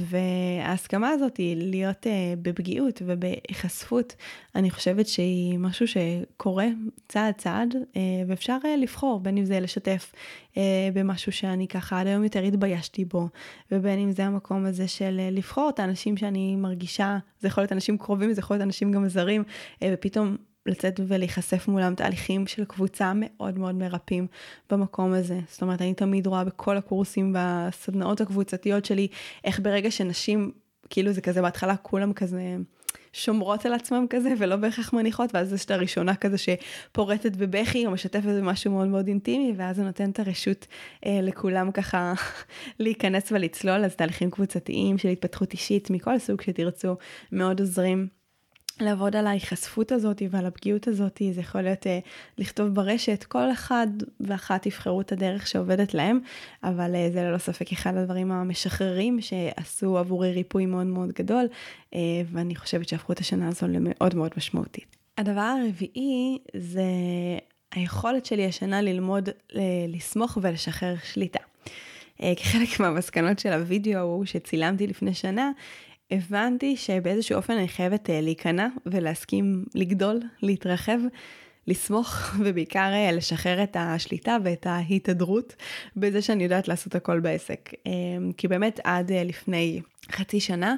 וההסכמה הזאת היא להיות בפגיעות ובחשפות, אני חושבת שהיא משהו שקורה צעד צעד, ואפשר לבחור, בין אם זה לשתף במשהו שאני ככה עד היום יותר התביישתי בו, ובין אם זה המקום הזה של לבחור את האנשים שאני מרגישה, זה יכול להיות אנשים קרובים, זה יכול להיות אנשים גם זרים, ופתאום לצאת ולהיחשף מולם תהליכים של קבוצה מאוד מאוד מרפאים במקום הזה. זאת אומרת, אני תמיד רואה בכל הקורסים והסדנאות הקבוצתיות שלי, איך ברגע שנשים, כאילו זה כזה בהתחלה, כולם כזה שומרות על עצמם כזה, ולא בהכרח מניחות, ואז יש את הראשונה כזה שפורטת בבכי, או משתפת במשהו מאוד מאוד אינטימי, ואז זה נותן את הרשות אה, לכולם ככה להיכנס ולצלול, אז תהליכים קבוצתיים של התפתחות אישית, מכל סוג שתרצו, מאוד עוזרים לעבוד על ההיחשפות הזאת ועל הפגיעות הזאת, זה יכול להיות uh, לכתוב ברשת, כל אחד ואחת יבחרו את הדרך שעובדת להם, אבל uh, זה ללא ספק אחד הדברים המשחררים שעשו עבורי ריפוי מאוד מאוד גדול, uh, ואני חושבת שהפכו את השנה הזו למאוד מאוד משמעותית. הדבר הרביעי זה היכולת שלי השנה ללמוד uh, לסמוך ולשחרר שליטה. Uh, כחלק מהמסקנות של הוידאו ההוא שצילמתי לפני שנה, הבנתי שבאיזשהו אופן אני חייבת להיכנע ולהסכים לגדול, להתרחב, לסמוך ובעיקר לשחרר את השליטה ואת ההתהדרות בזה שאני יודעת לעשות הכל בעסק. כי באמת עד לפני חצי שנה,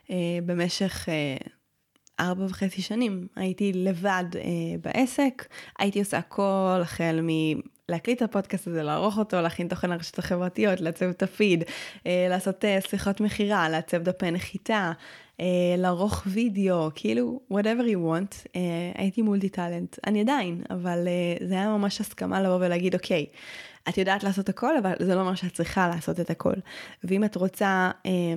במשך ארבע וחצי שנים, הייתי לבד בעסק, הייתי עושה הכל החל מ... להקליט את הפודקאסט הזה, לערוך אותו, להכין תוכן לרשתות החברתיות, לעצב את הפיד, לעשות שיחות מחירה, לעצב דפי נחיתה, לערוך וידאו, כאילו, whatever you want, הייתי מולטי טלנט. אני עדיין, אבל זה היה ממש הסכמה לבוא ולהגיד, אוקיי, את יודעת לעשות הכל, אבל זה לא אומר שאת צריכה לעשות את הכל. ואם את רוצה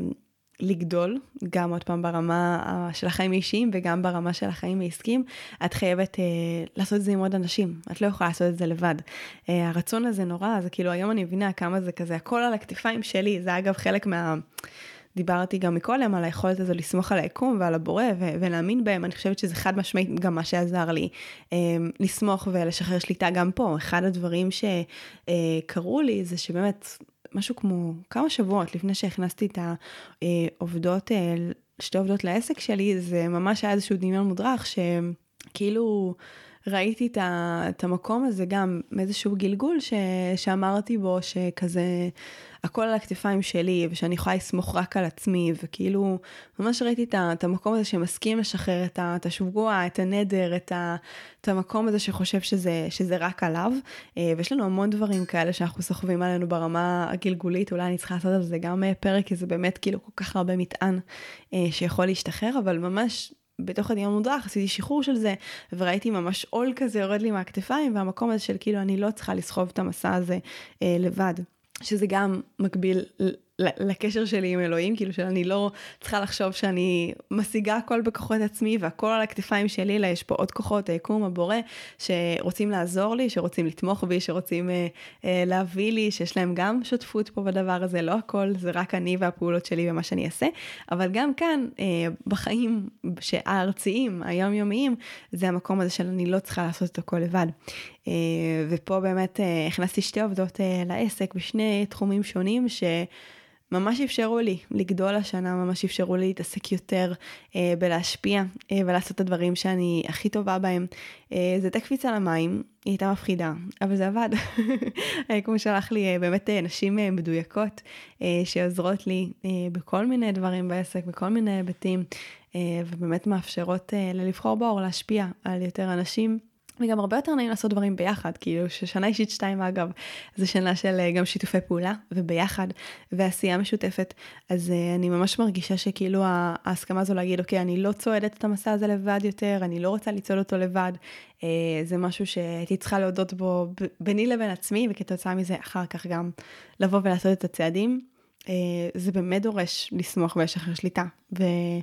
לגדול, גם עוד פעם ברמה של החיים האישיים וגם ברמה של החיים העסקיים, את חייבת אה, לעשות את זה עם עוד אנשים, את לא יכולה לעשות את זה לבד. אה, הרצון הזה נורא, זה כאילו היום אני מבינה כמה זה כזה, הכל על הכתפיים שלי, זה אגב חלק מה... דיברתי גם מקודם על היכולת הזו לסמוך על היקום ועל הבורא ו- ולהאמין בהם, אני חושבת שזה חד משמעית גם מה שעזר לי אה, לסמוך ולשחרר שליטה גם פה. אחד הדברים שקרו לי זה שבאמת משהו כמו כמה שבועות לפני שהכנסתי את העובדות, שתי עובדות לעסק שלי, זה ממש היה איזשהו דמיון מודרך שכאילו ראיתי את, ה, את המקום הזה גם מאיזשהו גלגול ש, שאמרתי בו שכזה הכל על הכתפיים שלי ושאני יכולה לסמוך רק על עצמי, וכאילו ממש ראיתי את, ה, את המקום הזה שמסכים לשחרר את, ה, את השבוע, את הנדר, את, ה, את המקום הזה שחושב שזה, שזה רק עליו, ויש לנו המון דברים כאלה שאנחנו סוחבים עלינו ברמה הגלגולית, אולי אני צריכה לעשות על זה גם פרק, כי זה באמת כאילו כל כך הרבה מטען שיכול להשתחרר, אבל ממש בתוך הדיון מודרך, עשיתי שחרור של זה, וראיתי ממש עול כזה יורד לי מהכתפיים, והמקום הזה של כאילו אני לא צריכה לסחוב את המסע הזה אה, לבד, שזה גם מקביל לקשר שלי עם אלוהים, כאילו שאני לא צריכה לחשוב שאני משיגה הכל בכוחות עצמי, והכל על הכתפיים שלי, אלא יש פה עוד כוחות, היקום, הבורא, שרוצים לעזור לי, שרוצים לתמוך בי, שרוצים אה, אה, להביא לי, שיש להם גם שותפות פה בדבר הזה, לא הכל, זה רק אני והפעולות שלי ומה שאני אעשה, אבל גם כאן, אה, בחיים הארציים, היומיומיים, זה המקום הזה של אני לא צריכה לעשות את הכל לבד. אה, ופה באמת אה, הכנסתי שתי עובדות אה, לעסק, בשני תחומים שונים, ש... ממש אפשרו לי לגדול השנה, ממש אפשרו לי להתעסק יותר אה, בלהשפיע אה, ולעשות את הדברים שאני הכי טובה בהם. אה, זה הייתה קפיצה למים, היא הייתה מפחידה, אבל זה עבד. כמו שלח לי אה, באמת אה, נשים אה, מדויקות אה, שעוזרות לי אה, בכל מיני דברים בעסק, בכל מיני היבטים, אה, ובאמת מאפשרות אה, לבחור באור, להשפיע על יותר אנשים. וגם הרבה יותר נעים לעשות דברים ביחד, כאילו ששנה אישית שתיים אגב, זה שנה של גם שיתופי פעולה וביחד, ועשייה משותפת, אז uh, אני ממש מרגישה שכאילו ההסכמה הזו להגיד, אוקיי, אני לא צועדת את המסע הזה לבד יותר, אני לא רוצה ליצול אותו לבד, uh, זה משהו שהייתי צריכה להודות בו ביני לבין עצמי, וכתוצאה מזה אחר כך גם לבוא ולעשות את הצעדים, uh, זה באמת דורש לסמוך ולשחרר שליטה, וזה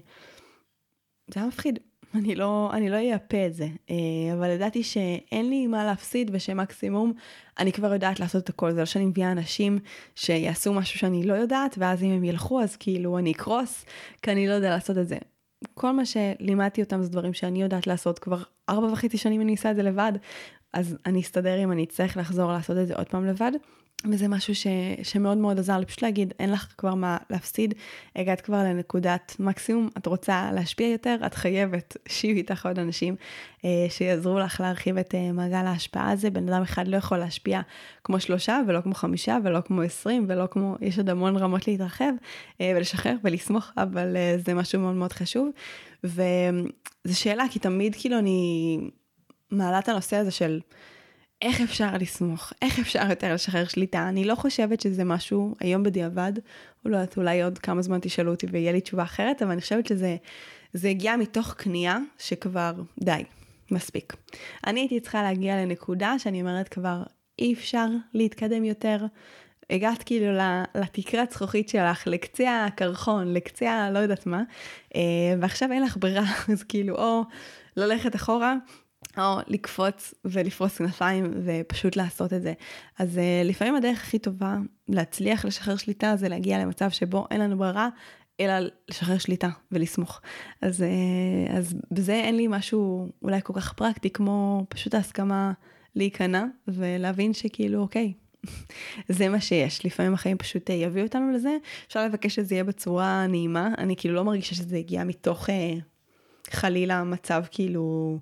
היה מפחיד. אני לא, אני לא אייפה את זה, אבל ידעתי שאין לי מה להפסיד, ושמקסימום אני כבר יודעת לעשות את הכל. זה לא שאני מביאה אנשים שיעשו משהו שאני לא יודעת, ואז אם הם ילכו, אז כאילו אני אקרוס, כי אני לא יודע לעשות את זה. כל מה שלימדתי אותם זה דברים שאני יודעת לעשות, כבר ארבע וחצי שנים אני אעשה את זה לבד, אז אני אסתדר אם אני אצטרך לחזור לעשות את זה עוד פעם לבד, וזה משהו ש, שמאוד מאוד עזר לי, פשוט להגיד, אין לך כבר מה להפסיד, הגעת כבר לנקודת מקסימום, את רוצה להשפיע יותר, את חייבת שיהיו איתך עוד אנשים אה, שיעזרו לך להרחיב את אה, מעגל ההשפעה הזה. בן אדם אחד לא יכול להשפיע כמו שלושה, ולא כמו חמישה, ולא כמו עשרים, ולא כמו, יש עוד המון רמות להתרחב, אה, ולשחרר ולסמוך, אבל אה, זה משהו מאוד מאוד חשוב, וזו שאלה, כי תמיד כאילו אני מעלה את הנושא הזה של, איך אפשר לסמוך? איך אפשר יותר לשחרר שליטה? אני לא חושבת שזה משהו היום בדיעבד, אולי, אולי עוד כמה זמן תשאלו אותי ויהיה לי תשובה אחרת, אבל אני חושבת שזה זה הגיע מתוך קנייה שכבר די, מספיק. אני הייתי צריכה להגיע לנקודה שאני אומרת כבר אי אפשר להתקדם יותר, הגעת כאילו לתקרת זכוכית שלך, לקצה הקרחון, לקצה לא יודעת מה, ועכשיו אין לך ברירה, אז כאילו או ללכת אחורה, או לקפוץ ולפרוס כנפיים ופשוט לעשות את זה. אז uh, לפעמים הדרך הכי טובה להצליח לשחרר שליטה זה להגיע למצב שבו אין לנו ברירה, אלא לשחרר שליטה ולסמוך. אז, uh, אז בזה אין לי משהו אולי כל כך פרקטי, כמו פשוט ההסכמה להיכנע ולהבין שכאילו אוקיי, זה מה שיש. לפעמים החיים פשוט יביאו אותנו לזה, אפשר לבקש שזה יהיה בצורה נעימה, אני כאילו לא מרגישה שזה הגיע מתוך uh, חלילה מצב כאילו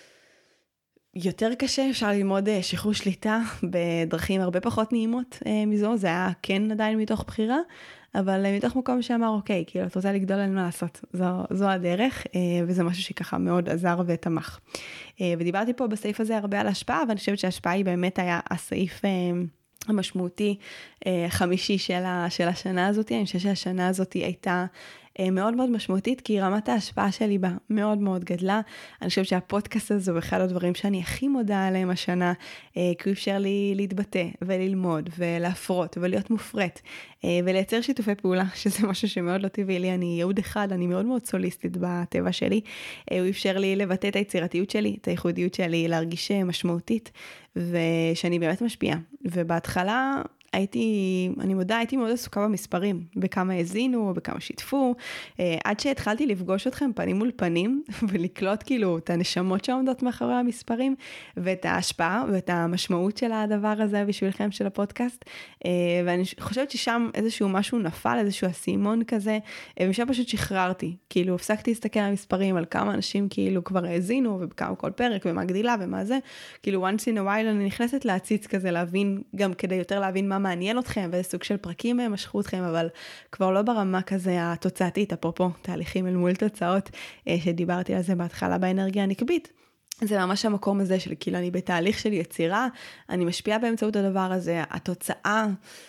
יותר קשה, אפשר ללמוד שחרור שליטה בדרכים הרבה פחות נעימות מזו, זה היה כן עדיין מתוך בחירה, אבל מתוך מקום שאמר, אוקיי, כאילו, את רוצה לגדול, אין מה לעשות, זו, זו הדרך, וזה משהו שככה מאוד עזר ותמך. ודיברתי פה בסעיף הזה הרבה על השפעה, ואני חושבת שההשפעה היא באמת היה הסעיף המשמעותי חמישי של, של השנה הזאת. אני חושבת שהשנה הזאת הייתה מאוד מאוד משמעותית, כי רמת ההשפעה שלי בה מאוד מאוד גדלה. אני חושבת שהפודקאסט הזה הוא אחד הדברים שאני הכי מודה עליהם השנה, כי הוא אפשר לי להתבטא וללמוד ולהפרות ולהיות מופרט, ולייצר שיתופי פעולה, שזה משהו שמאוד לא טבעי לי. אני יהוד אחד, אני מאוד מאוד סוליסטית בטבע שלי. הוא אפשר לי לבטא את היצירתיות שלי, את הייחודיות שלי, להרגיש משמעותית, ושאני באמת משפיעה. ובהתחלה הייתי, אני מודה, הייתי מאוד עסוקה במספרים, בכמה הזינו, בכמה שיתפו, עד שהתחלתי לפגוש אתכם פנים מול פנים, ולקלוט כאילו את הנשמות שעומדות מאחורי המספרים, ואת ההשפעה ואת המשמעות של הדבר הזה בשבילכם של הפודקאסט, ואני חושבת ששם איזשהו משהו נפל, איזשהו אסימון כזה, ומשם פשוט שחררתי, כאילו הפסקתי להסתכל על המספרים, על כמה אנשים כאילו כבר הזינו, ובכמה כל פרק, ומה גדילה ומה זה, כאילו once in a while אני נכנסת להציץ כזה, להבין, גם כדי יותר להבין מה מעניין אתכם, ואיזה סוג של פרקים הם משכו אתכם, אבל כבר לא ברמה כזה התוצאתית, אפרופו תהליכים אל מול תוצאות, שדיברתי על זה בהתחלה באנרגיה הנקבית. זה ממש המקום הזה של כאילו אני בתהליך של יצירה, אני משפיעה באמצעות הדבר הזה, התוצאה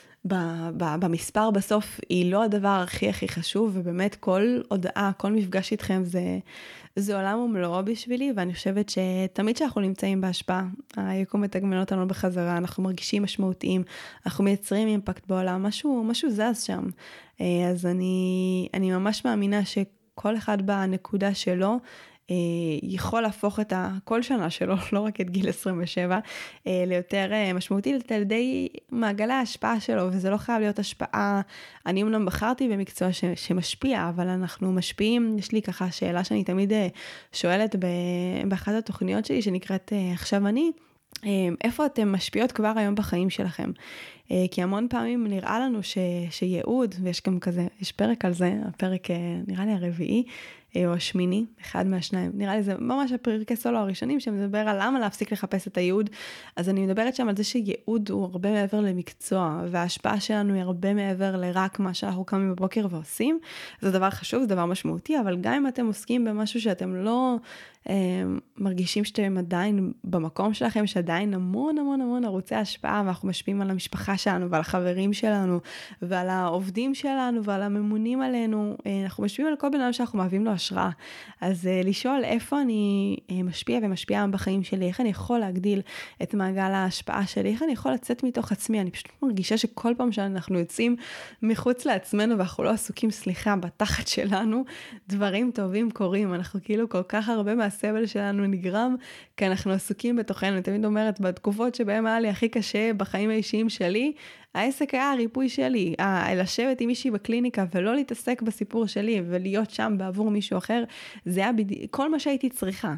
במספר בסוף היא לא הדבר הכי הכי חשוב, ובאמת כל הודעה, כל מפגש איתכם זה, זה עולם ומלואו בשבילי, ואני חושבת שתמיד שאנחנו נמצאים בהשפעה, היקום מתגמל אותנו בחזרה, אנחנו מרגישים משמעותיים, אנחנו מייצרים אימפקט בעולם, משהו, משהו זז שם. אז אני, אני ממש מאמינה שכל אחד בנקודה שלו, יכול להפוך את כל שנה שלו, לא רק את גיל עשרים ושבע, ליותר משמעותי על ידי מעגלי ההשפעה שלו, וזה לא חייב להיות השפעה, אני אמנם בחרתי במקצוע ש, שמשפיע, אבל אנחנו משפיעים, יש לי ככה שאלה שאני תמיד שואלת באחת התוכניות שלי, שנקראת עכשיו אני, איפה אתם משפיעות כבר היום בחיים שלכם? כי המון פעמים נראה לנו ש, שייעוד, ויש גם כזה, יש פרק על זה, הפרק נראה לי הרביעי, או השמיני, אחד מהשניים. נראה לי זה ממש הפרקי סולו הראשונים, שמדבר על למה להפסיק לחפש את הייעוד. אז אני מדברת שם על זה שייעוד הוא הרבה מעבר למקצוע, וההשפעה שלנו היא הרבה מעבר לרק מה שאנחנו קמים בבוקר ועושים. זה דבר חשוב, זה דבר משמעותי, אבל גם אם אתם עוסקים במשהו שאתם לא אה, מרגישים שאתם עדיין במקום שלכם, שעדיין המון המון המון ערוצי השפעה, ואנחנו משפיעים על המשפחה שלנו, ועל החברים שלנו, ועל העובדים שלנו, ועל הממונים עלינו. אה, אנחנו משפיעים על כל בן אדם שאנחנו מהווים לו השראה. אז uh, לשאול איפה אני uh, משפיע ומשפיעה בחיים שלי, איך אני יכול להגדיל את מעגל ההשפעה שלי, איך אני יכול לצאת מתוך עצמי, אני פשוט מרגישה שכל פעם שאנחנו יוצאים מחוץ לעצמנו, ואנחנו לא עסוקים, סליחה, בתחת שלנו, דברים טובים קורים, אנחנו כאילו כל כך הרבה מהסבל שלנו נגרם, כי אנחנו עסוקים בתוכנו, אני תמיד אומרת, בתקופות שבהם היה לי הכי קשה בחיים האישיים שלי, העסק היה הריפוי שלי, לשבת עם מישהי בקליניקה ולא להתעסק בסיפור שלי ולהיות שם בעבור מישהו אחר, זה היה בדי... כל מה שהייתי צריכה.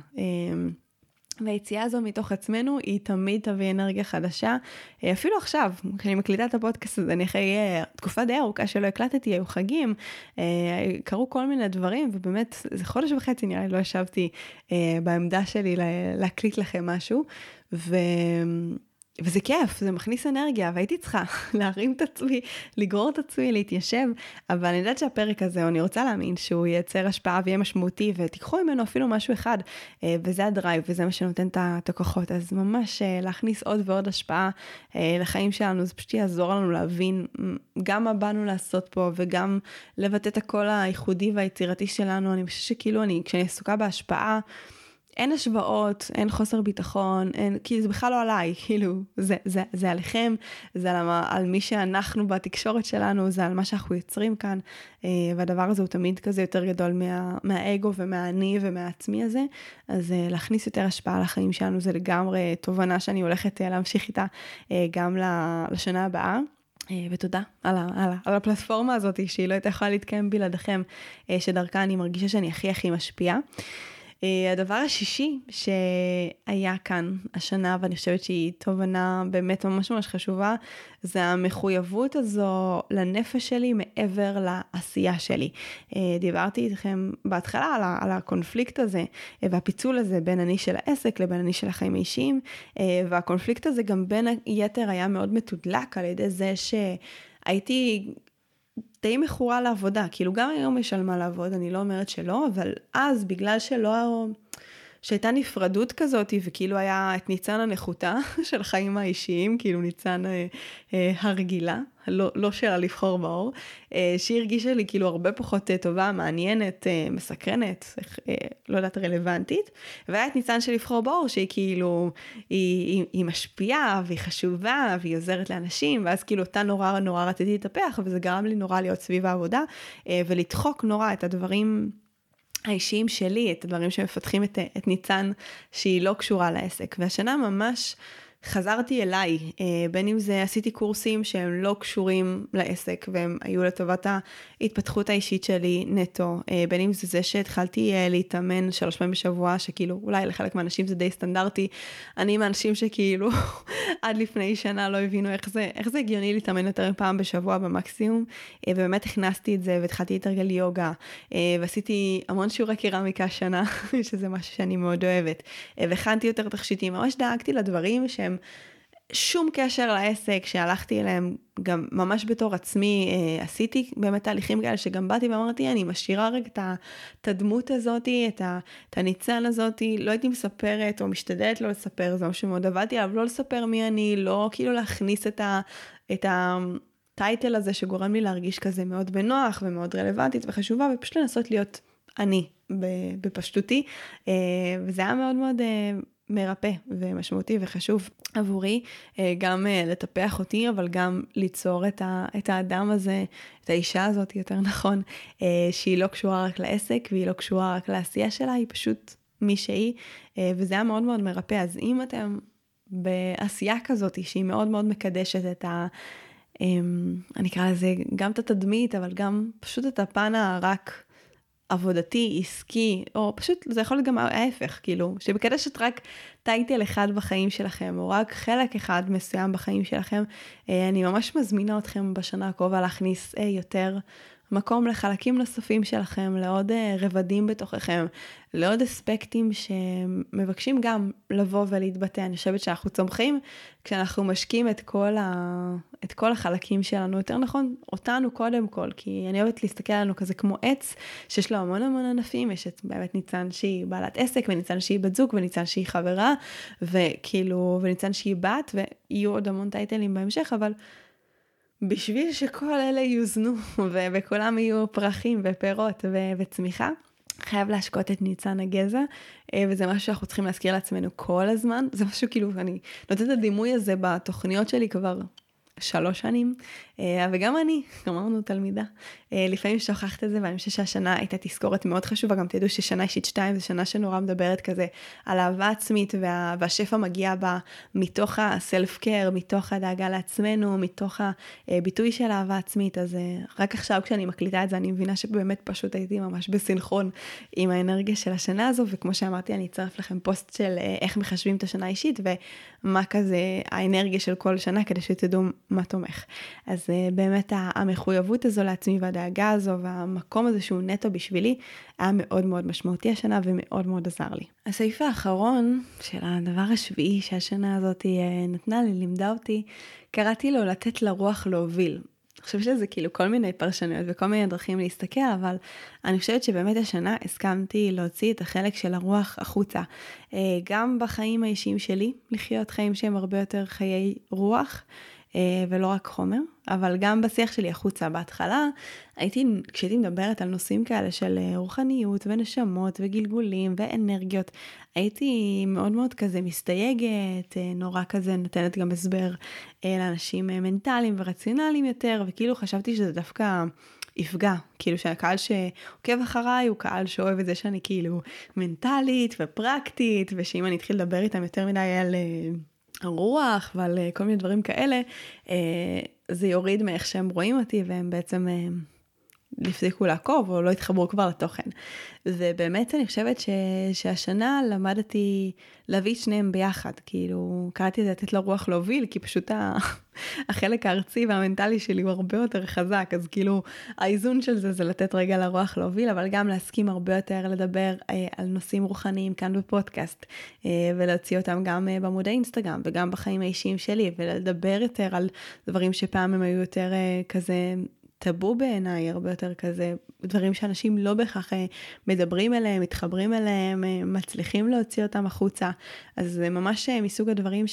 והיציאה הזו מתוך עצמנו היא תמיד תביא אנרגיה חדשה, אפילו עכשיו, כשאני מקליטה את הפודקאסט הזה, אני אחרי תקופה די ארוכה שלא הקלטתי, היו חגים, קרו כל מיני דברים, ובאמת זה חודש וחצי נראה לי לא ישבתי בעמדה שלי להקליט לכם משהו, ו... וזה כיף, זה מכניס אנרגיה, והייתי צריכה להרים את עצמי, לגרור את עצמי, להתיישב, אבל אני יודעת שהפרק הזה, אני רוצה להאמין שהוא ייצר השפעה ויהיה משמעותי, ותיקחו ממנו אפילו משהו אחד, וזה הדרייב, וזה מה שנותן את הכוחות, אז ממש להכניס עוד ועוד השפעה לחיים שלנו, זה פשוט יעזור לנו להבין גם מה באנו לעשות פה, וגם לבטא את הקול הייחודי והיצירתי שלנו, אני חושבת שכאילו אני, כשאני עסוקה בהשפעה, אין השוואות, אין חוסר ביטחון, אין, כי זה בכלל לא עליי, כאילו, זה, זה, זה עליכם, זה על, על מי שאנחנו בתקשורת שלנו, זה על מה שאנחנו יוצרים כאן, והדבר הזה הוא תמיד כזה יותר גדול מה, מהאגו ומהאני ומהעצמי הזה, אז להכניס יותר השפעה לחיים שלנו, זה לגמרי תובנה שאני הולכת להמשיך איתה גם לשנה הבאה. ותודה על, ה, על, ה, על הפלטפורמה הזאת, שהיא לא הייתה יכולה להתקיים בלעדיכם, שדרכה אני מרגישה שאני הכי הכי משפיעה. הדבר השישי שהיה כאן השנה, ואני חושבת שהיא תובנה באמת ממש ממש חשובה, זה המחויבות הזו לנפש שלי מעבר לעשייה שלי. דיברתי איתכם בהתחלה על, על הקונפליקט הזה, והפיצול הזה בין אני של העסק לבין אני של החיים האישיים, והקונפליקט הזה גם בין היתר היה מאוד מתודלק על ידי זה שהייתי די מכורה לעבודה, כאילו גם היום יש על מה לעבוד, אני לא אומרת שלא, אבל אז בגלל שלא, שהייתה נפרדות כזאת, וכאילו היה את ניצן הנחותה של חיים האישיים, כאילו ניצן אה, אה, הרגילה, לא, לא שלה לבחור באור, אה, שהיא הרגישה לי כאילו הרבה פחות אה, טובה, מעניינת, אה, מסקרנת, אה, לא יודעת, רלוונטית, והיה את ניצן של לבחור באור, שהיא כאילו, היא, היא, היא משפיעה, והיא חשובה, והיא עוזרת לאנשים, ואז כאילו אותה נורא נורא רציתי לטפח, וזה גרם לי נורא להיות סביב העבודה, אה, ולדחוק נורא את הדברים האישיים שלי, את הדברים שמפתחים את, את ניצן שהיא לא קשורה לעסק. והשנה ממש חזרתי אליי, בין אם זה עשיתי קורסים שהם לא קשורים לעסק, והם היו לטובת ההתפתחות האישית שלי נטו, בין אם זה זה שהתחלתי להתאמן שלוש פעמים בשבוע, שכאילו אולי לחלק מהאנשים זה די סטנדרטי, אני עם האנשים שכאילו עד לפני שנה לא הבינו איך זה, איך זה הגיוני להתאמן יותר פעם בשבוע במקסימום, ובאמת הכנסתי את זה והתחלתי להתרגל יוגה, ועשיתי המון שיעורי קרמיקה שנה, שזה משהו שאני מאוד אוהבת, והכנתי יותר תכשיטים, ממש דאגתי לדברים שהם שום קשר לעסק, שהלכתי אליהם גם ממש בתור עצמי, עשיתי באמת תהליכים כאלה שגם באתי ואמרתי, אני משאירה רגע את הדמות הזאת, את הניצן הזאת, לא הייתי מספרת או משתדלת לא לספר, זה משהו מאוד עבדתי עליו, לא לספר מי אני, לא כאילו להכניס את ה... את ה טייטל הזה שגורם לי להרגיש כזה מאוד בנוח ומאוד רלוונטית וחשובה, ופשוט לנסות להיות אני בפשטותי, וזה היה מאוד מאוד מרפא ומשמעותי וחשוב עבורי, גם לטפח אותי, אבל גם ליצור את, ה, את האדם הזה, את האישה הזאת יותר נכון, שהיא לא קשורה רק לעסק, והיא לא קשורה רק לעשייה שלה, היא פשוט מי שהיא, וזה היה מאוד מאוד מרפא. אז אם אתם בעשייה כזאת, שהיא מאוד מאוד מקדשת את ה... אני אקרא לזה גם את התדמית, אבל גם פשוט את הפן הרק עבודתי, עסקי, או פשוט זה יכול להיות גם ההפך, כאילו, שבקדשת רק טייטל אחד בחיים שלכם, או רק חלק אחד מסוים בחיים שלכם, אני ממש מזמינה אתכם בשנה הקרובה להכניס יותר מקום לחלקים נוספים שלכם, לעוד רבדים בתוככם, לעוד אספקטים שמבקשים גם לבוא ולהתבטא. אני חושבת שאנחנו צומחים כשאנחנו משקיעים את כל, ה... את כל החלקים שלנו, יותר נכון, אותנו קודם כל, כי אני אוהבת להסתכל עלינו כזה כמו עץ, שיש לו המון המון ענפים, יש את באמת ניצן שהיא בעלת עסק, וניצן שהיא בת זוג, וניצן שהיא חברה, וכאילו, וניצן שהיא בת, ויהיו עוד המון טייטלים בהמשך, אבל בשביל שכל אלה יוזנו, ובכולם יהיו פרחים ופירות ו- וצמיחה, חייב להשקות את ניצן הגזע, וזה משהו שאנחנו צריכים להזכיר לעצמנו כל הזמן, זה משהו כאילו, אני נותנת את הדימוי הזה בתוכניות שלי כבר שלוש שנים, וגם אני, אמרנו תלמידה, לפעמים שוכחת את זה, ואני חושבת שהשנה הייתה תזכורת מאוד חשובה, גם תדעו ששנה אישית שתיים, זה שנה שנורא מדברת כזה על אהבה עצמית, וה, והשפע מגיע בה מתוך הסלף-קר, מתוך הדאגה לעצמנו, מתוך הביטוי של אהבה עצמית, אז רק עכשיו כשאני מקליטה את זה, אני מבינה שבאמת פשוט הייתי ממש בסינכרון עם האנרגיה של השנה הזו, וכמו שאמרתי, אני אצרף לכם פוסט של איך מחשבים את השנה האישית, ומה כזה האנרגיה של כל שנה, כדי שתדעו מה תומך. אז באמת המחויבות הזו לעצמי והדאגה הזו והמקום הזה שהוא נטו בשבילי היה מאוד מאוד משמעותי השנה ומאוד מאוד עזר לי. הסעיף האחרון של הדבר השביעי שהשנה הזאת נתנה לי, לימדה אותי, קראתי לו לתת לרוח להוביל. אני חושבת שזה כאילו כל מיני פרשנויות וכל מיני דרכים להסתכל, אבל אני חושבת שבאמת השנה הסכמתי להוציא את החלק של הרוח החוצה. גם בחיים האישיים שלי, לחיות חיים שהם הרבה יותר חיי רוח, ולא רק חומר, אבל גם בשיח שלי החוצה בהתחלה, הייתי, כשהייתי מדברת על נושאים כאלה של רוחניות ונשמות וגלגולים ואנרגיות, הייתי מאוד מאוד כזה מסתייגת, נורא כזה נותנת גם הסבר לאנשים מנטליים ורציונליים יותר, וכאילו חשבתי שזה דווקא יפגע, כאילו שהקהל שעוקב אחריי הוא קהל שאוהב את זה שאני כאילו מנטלית ופרקטית, ושאם אני אתחיל לדבר איתם יותר מדי על הרוח ועל כל מיני דברים כאלה, זה יוריד מאיך שהם רואים אותי, והם בעצם יפסיקו לעקוב, או לא יתחברו כבר לתוכן. ובאמת אני חושבת ש... שהשנה למדתי להביא את שניהם ביחד, כאילו קראתי את זה לתת לרוח להוביל, כי פשוט ה... החלק הארצי והמנטלי שלי הוא הרבה יותר חזק, אז כאילו האיזון של זה זה לתת רגע לרוח להוביל, אבל גם להסכים הרבה יותר לדבר אה, על נושאים רוחניים כאן בפודקאסט, אה, ולהוציא אותם גם אה, בעמוד האינסטגרם, וגם בחיים האישיים שלי, ולדבר יותר על דברים שפעם הם היו יותר אה, כזה טאבו בעיניי, הרבה יותר כזה, דברים שאנשים לא בהכרח מדברים אליהם, מתחברים אליהם, מצליחים להוציא אותם החוצה. אז זה ממש מסוג הדברים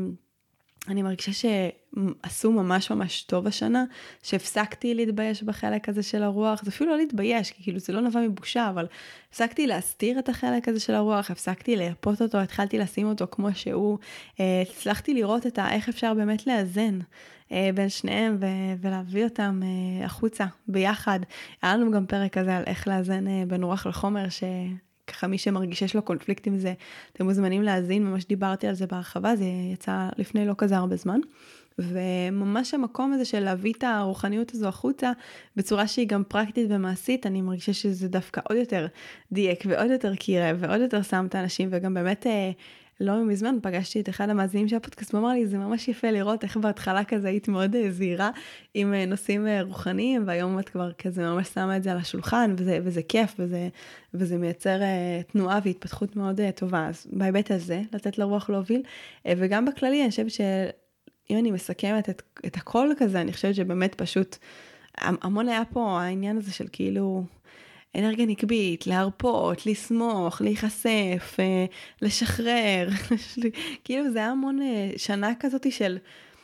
שאני מרגישה שעשו ממש ממש טוב השנה, שהפסקתי להתבייש בחלק הזה של הרוח, זה אפילו לא להתבייש, כי כאילו זה לא נבע מבושה, אבל הפסקתי להסתיר את החלק הזה של הרוח, הפסקתי לייפות אותו, התחלתי לשים אותו כמו שהוא, הצלחתי לראות את איך אפשר באמת לאזן בין שניהם ו- ולהביא אותם החוצה ביחד. היה לנו גם פרק כזה על איך לאזן בין רוח לחומר, ש... ככה מי שמרגיש שיש לו קונפליקט עם זה, אתם מוזמנים להאזין, ממש דיברתי על זה בהרחבה, זה יצא לפני לא כזה הרבה זמן. וממש המקום הזה של להביא את הרוחניות הזו החוצה, בצורה שהיא גם פרקטית ומעשית, אני מרגישה שזה דווקא עוד יותר דייק, ועוד יותר קירב, ועוד יותר שם את האנשים, וגם באמת לא מזמן פגשתי את אחד המאזינים של הפודקאסט, ואמר לי, זה ממש יפה לראות איך בהתחלה כזה היית מאוד זהירה, עם נושאים רוחניים, והיום את כבר כזה ממש שמה את זה על השולחן, וזה, וזה כיף, וזה, וזה מייצר תנועה והתפתחות מאוד טובה. אז בהיבט הזה, לתת לרוח להוביל, וגם בכללי, אני חושבת ש... אם אני מסכמת את, את הכל כזה, אני חושבת שבאמת פשוט, המון היה פה העניין הזה של כאילו, אנרגיה נקבית, להרפות, לשמוח, להיחשף, לשחרר, כאילו זה היה המון שנה כזאת של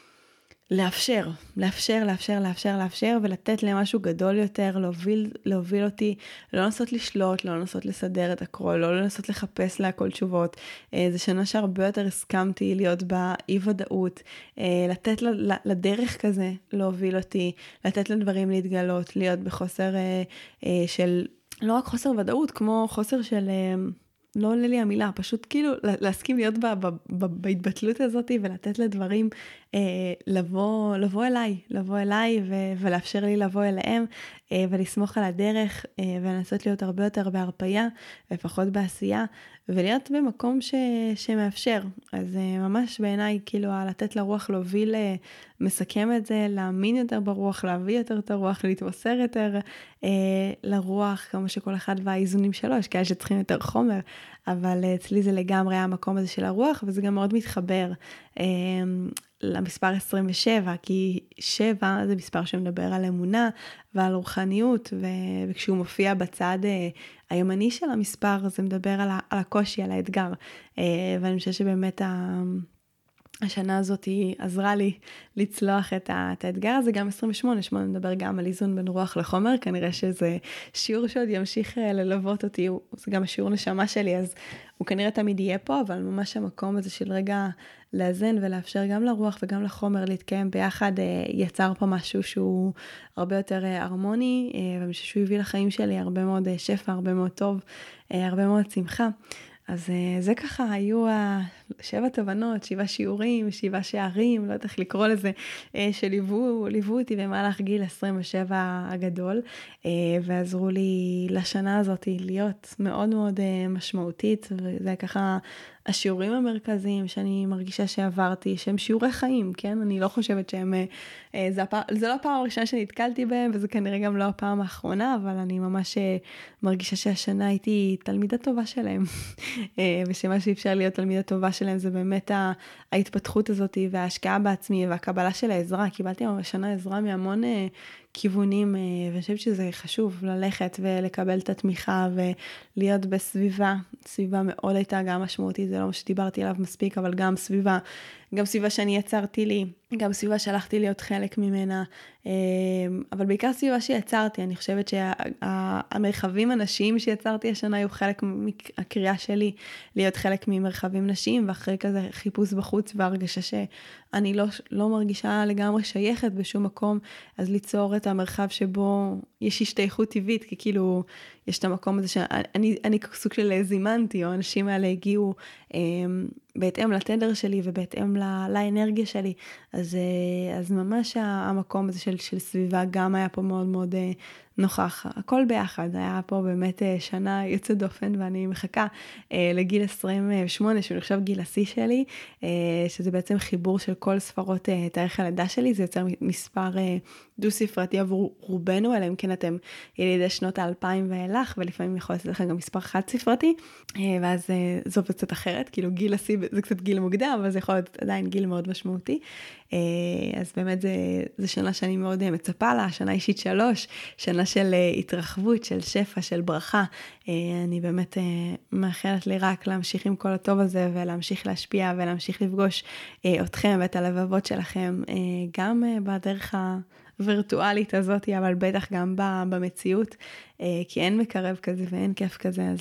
לאפשר, לאפשר, לאפשר, לאפשר, לאפשר, ולתת להם משהו גדול יותר, להוביל, להוביל אותי, לא לנסות לשלוט, לא לנסות לסדר את הכל, לא לנסות לחפש להכל תשובות. זו שנה שהרבה יותר הסכמתי להיות בה אי ודאות, לתת לדרך כזה להוביל אותי, לתת לדברים להתגלות, להיות בחוסר של, לא רק חוסר ודאות, כמו חוסר של... לא עולה לי המילה, פשוט כאילו להסכים להיות בה, בה, בה, בהתבטלות הזאת ולתת לדברים אה, לבוא, לבוא אליי, לבוא אליי ו, ולאפשר לי לבוא אליהם אה, ולסמוך על הדרך אה, ולנסות להיות הרבה יותר בהרפאיה ופחות בעשייה ולהיות במקום ש, שמאפשר. אז אה, ממש בעיניי כאילו לתת לרוח להוביל, אה, מסכם את זה, להאמין יותר ברוח, להביא יותר את הרוח, להתמסר יותר אה, לרוח, כמו שכל אחד והאיזונים שלו, יש כאלה שצריכים יותר חומר, אבל אצלי זה לגמרי המקום הזה של הרוח, וזה גם מאוד מתחבר אה, למספר עשרים ושבע, כי שבע זה מספר שמדבר על אמונה ועל רוחניות, ו- וכשהוא מופיע בצד אה, הימני של המספר, זה מדבר על, ה- על הקושי, על האתגר, אה, ואני חושבת שבאמת ה... השנה הזאת היא עזרה לי לצלוח את, ה, את האתגר הזה, גם עשרים ושמונה, שמונה מדבר גם על איזון בין רוח לחומר, כנראה שזה שיעור שעוד ימשיך ללוות אותי, הוא, זה גם השיעור נשמה שלי, אז הוא כנראה תמיד יהיה פה, אבל ממש המקום הזה של רגע לאזן ולאפשר גם לרוח וגם לחומר להתקיים ביחד, יצר פה משהו שהוא הרבה יותר הרמוני, ואני חושב שהוא הביא לחיים שלי הרבה מאוד שפע, הרבה מאוד טוב, הרבה מאוד שמחה. אז זה ככה, היו שבע תובנות, שבעה שיעורים, שבעה שערים, לא יודעת איך לקרוא לזה, שליוו ליוו אותי במהלך גיל עשרים ושבע הגדול, ועזרו לי לשנה הזאת להיות מאוד מאוד משמעותית, וזה ככה השיעורים המרכזיים שאני מרגישה שעברתי, שהם שיעורי חיים, כן? אני לא חושבת שהם, זה, הפעם, זה לא הפעם הראשונה שנתקלתי בהם, וזה כנראה גם לא הפעם האחרונה, אבל אני ממש מרגישה שהשנה הייתי תלמידה טובה שלהם, ושמה שאפשר להיות תלמידה טובה שלהם, זה באמת ההתפתחות הזאת, וההשקעה בעצמי, והקבלה של העזרה. קיבלתי השנה עזרה מהמון כיוונים, ואני חושבת שזה חשוב ללכת ולקבל את התמיכה, ולהיות בסביבה, סביבה מאוד הייתה גם משמעותית, זה לא מה שדיברתי עליו מספיק, אבל גם סביבה, גם סביבה שאני יצרתי לי, גם סביבה שהלכתי להיות חלק ממנה, אבל בעיקר סביבה שיצרתי, אני חושבת שהמרחבים הנשיים שיצרתי השנה היו חלק מהקריאה שלי, להיות חלק ממרחבים נשיים, ואחרי כזה חיפוש בחוץ והרגשה שאני לא, לא מרגישה לגמרי שייכת בשום מקום, אז ליצור את המרחב שבו יש השתייכות טבעית, כי כאילו יש את המקום הזה שאני אני סוג של זימנתי, או האנשים האלה הגיעו אה, בהתאם לתדר שלי ובהתאם ל, לאנרגיה שלי, אז, אה, אז ממש המקום הזה של, של סביבה גם היה פה מאוד מאוד אה, נוכח, הכל ביחד, היה פה באמת אה, שנה יוצאת דופן, ואני מחכה אה, לגיל עשרים ושמונה, שהוא נחשב גיל השיא שלי, אה, שזה בעצם חיבור של כל ספרות אה, תאריך הלידה שלי, זה יוצר מספר אה, דו ספרתי עבור רובנו, אלא אם כן אתם ילידי שנות האלפיים ואילך, ולפעמים יכול לצאת לכם גם מספר חד ספרתי, ואז זו קצת אחרת, כאילו גיל השיא זה קצת גיל מוקדם, אבל זה יכול להיות עדיין גיל מאוד משמעותי. אז באמת זה, זה שנה שאני מאוד מצפה לה, שנה אישית שלוש, שנה של התרחבות, של שפע, של ברכה. אני באמת מאחלת לי רק להמשיך עם כל הטוב הזה, ולהמשיך להשפיע ולהמשיך לפגוש אתכם ואת הלבבות שלכם, גם בדרך ה... וירטואלית הזאת, אבל בטח גם במציאות, כי אין מקרב כזה ואין כיף כזה, אז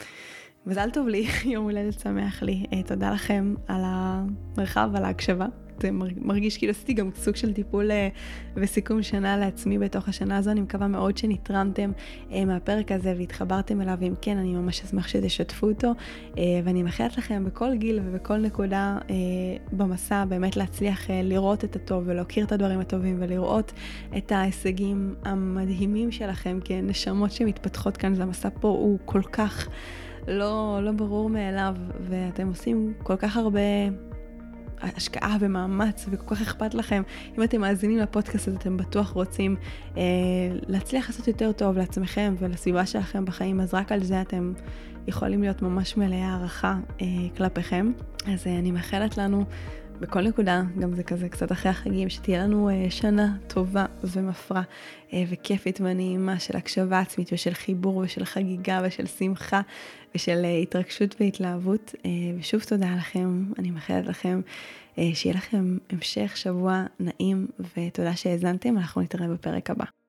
מזל טוב לי, יום הולדת שמח לי. תודה לכם על המרחב ועל ההקשבה. זה מרגיש כאילו עשיתי גם סוג של טיפול וסיכום שנה לעצמי בתוך השנה הזו. אני מקווה מאוד שנתרמתם מהפרק הזה והתחברתם אליו, ואם כן, אני ממש אשמח שתשתפו אותו, ואני מאחלת לכם בכל גיל ובכל נקודה במסע באמת להצליח לראות את הטוב ולהכיר את הדברים הטובים ולראות את ההישגים המדהימים שלכם כנשמות שמתפתחות כאן. זה המסע פה הוא כל כך לא, לא ברור מאליו, ואתם עושים כל כך הרבה השקעה ומאמץ וכל כך אכפת לכם. אם אתם מאזינים לפודקאסט הזה, אתם בטוח רוצים אה, להצליח לעשות יותר טוב לעצמכם ולסביבה שלכם בחיים, אז רק על זה אתם יכולים להיות ממש מלאי הערכה אה, כלפיכם. אז אה, אני מאחלת לנו בכל נקודה, גם זה כזה קצת אחרי החגים, שתהיה לנו אה, שנה טובה ומפרה אה, וכיפית ונעימה של הקשבה עצמית ושל חיבור ושל חגיגה ושל שמחה ושל אה, התרגשות והתלהבות. אה, ושוב תודה לכם, אני מאחלת לכם אה, שיהיה לכם המשך שבוע נעים, ותודה שהאזנתם. אנחנו נתראה בפרק הבא.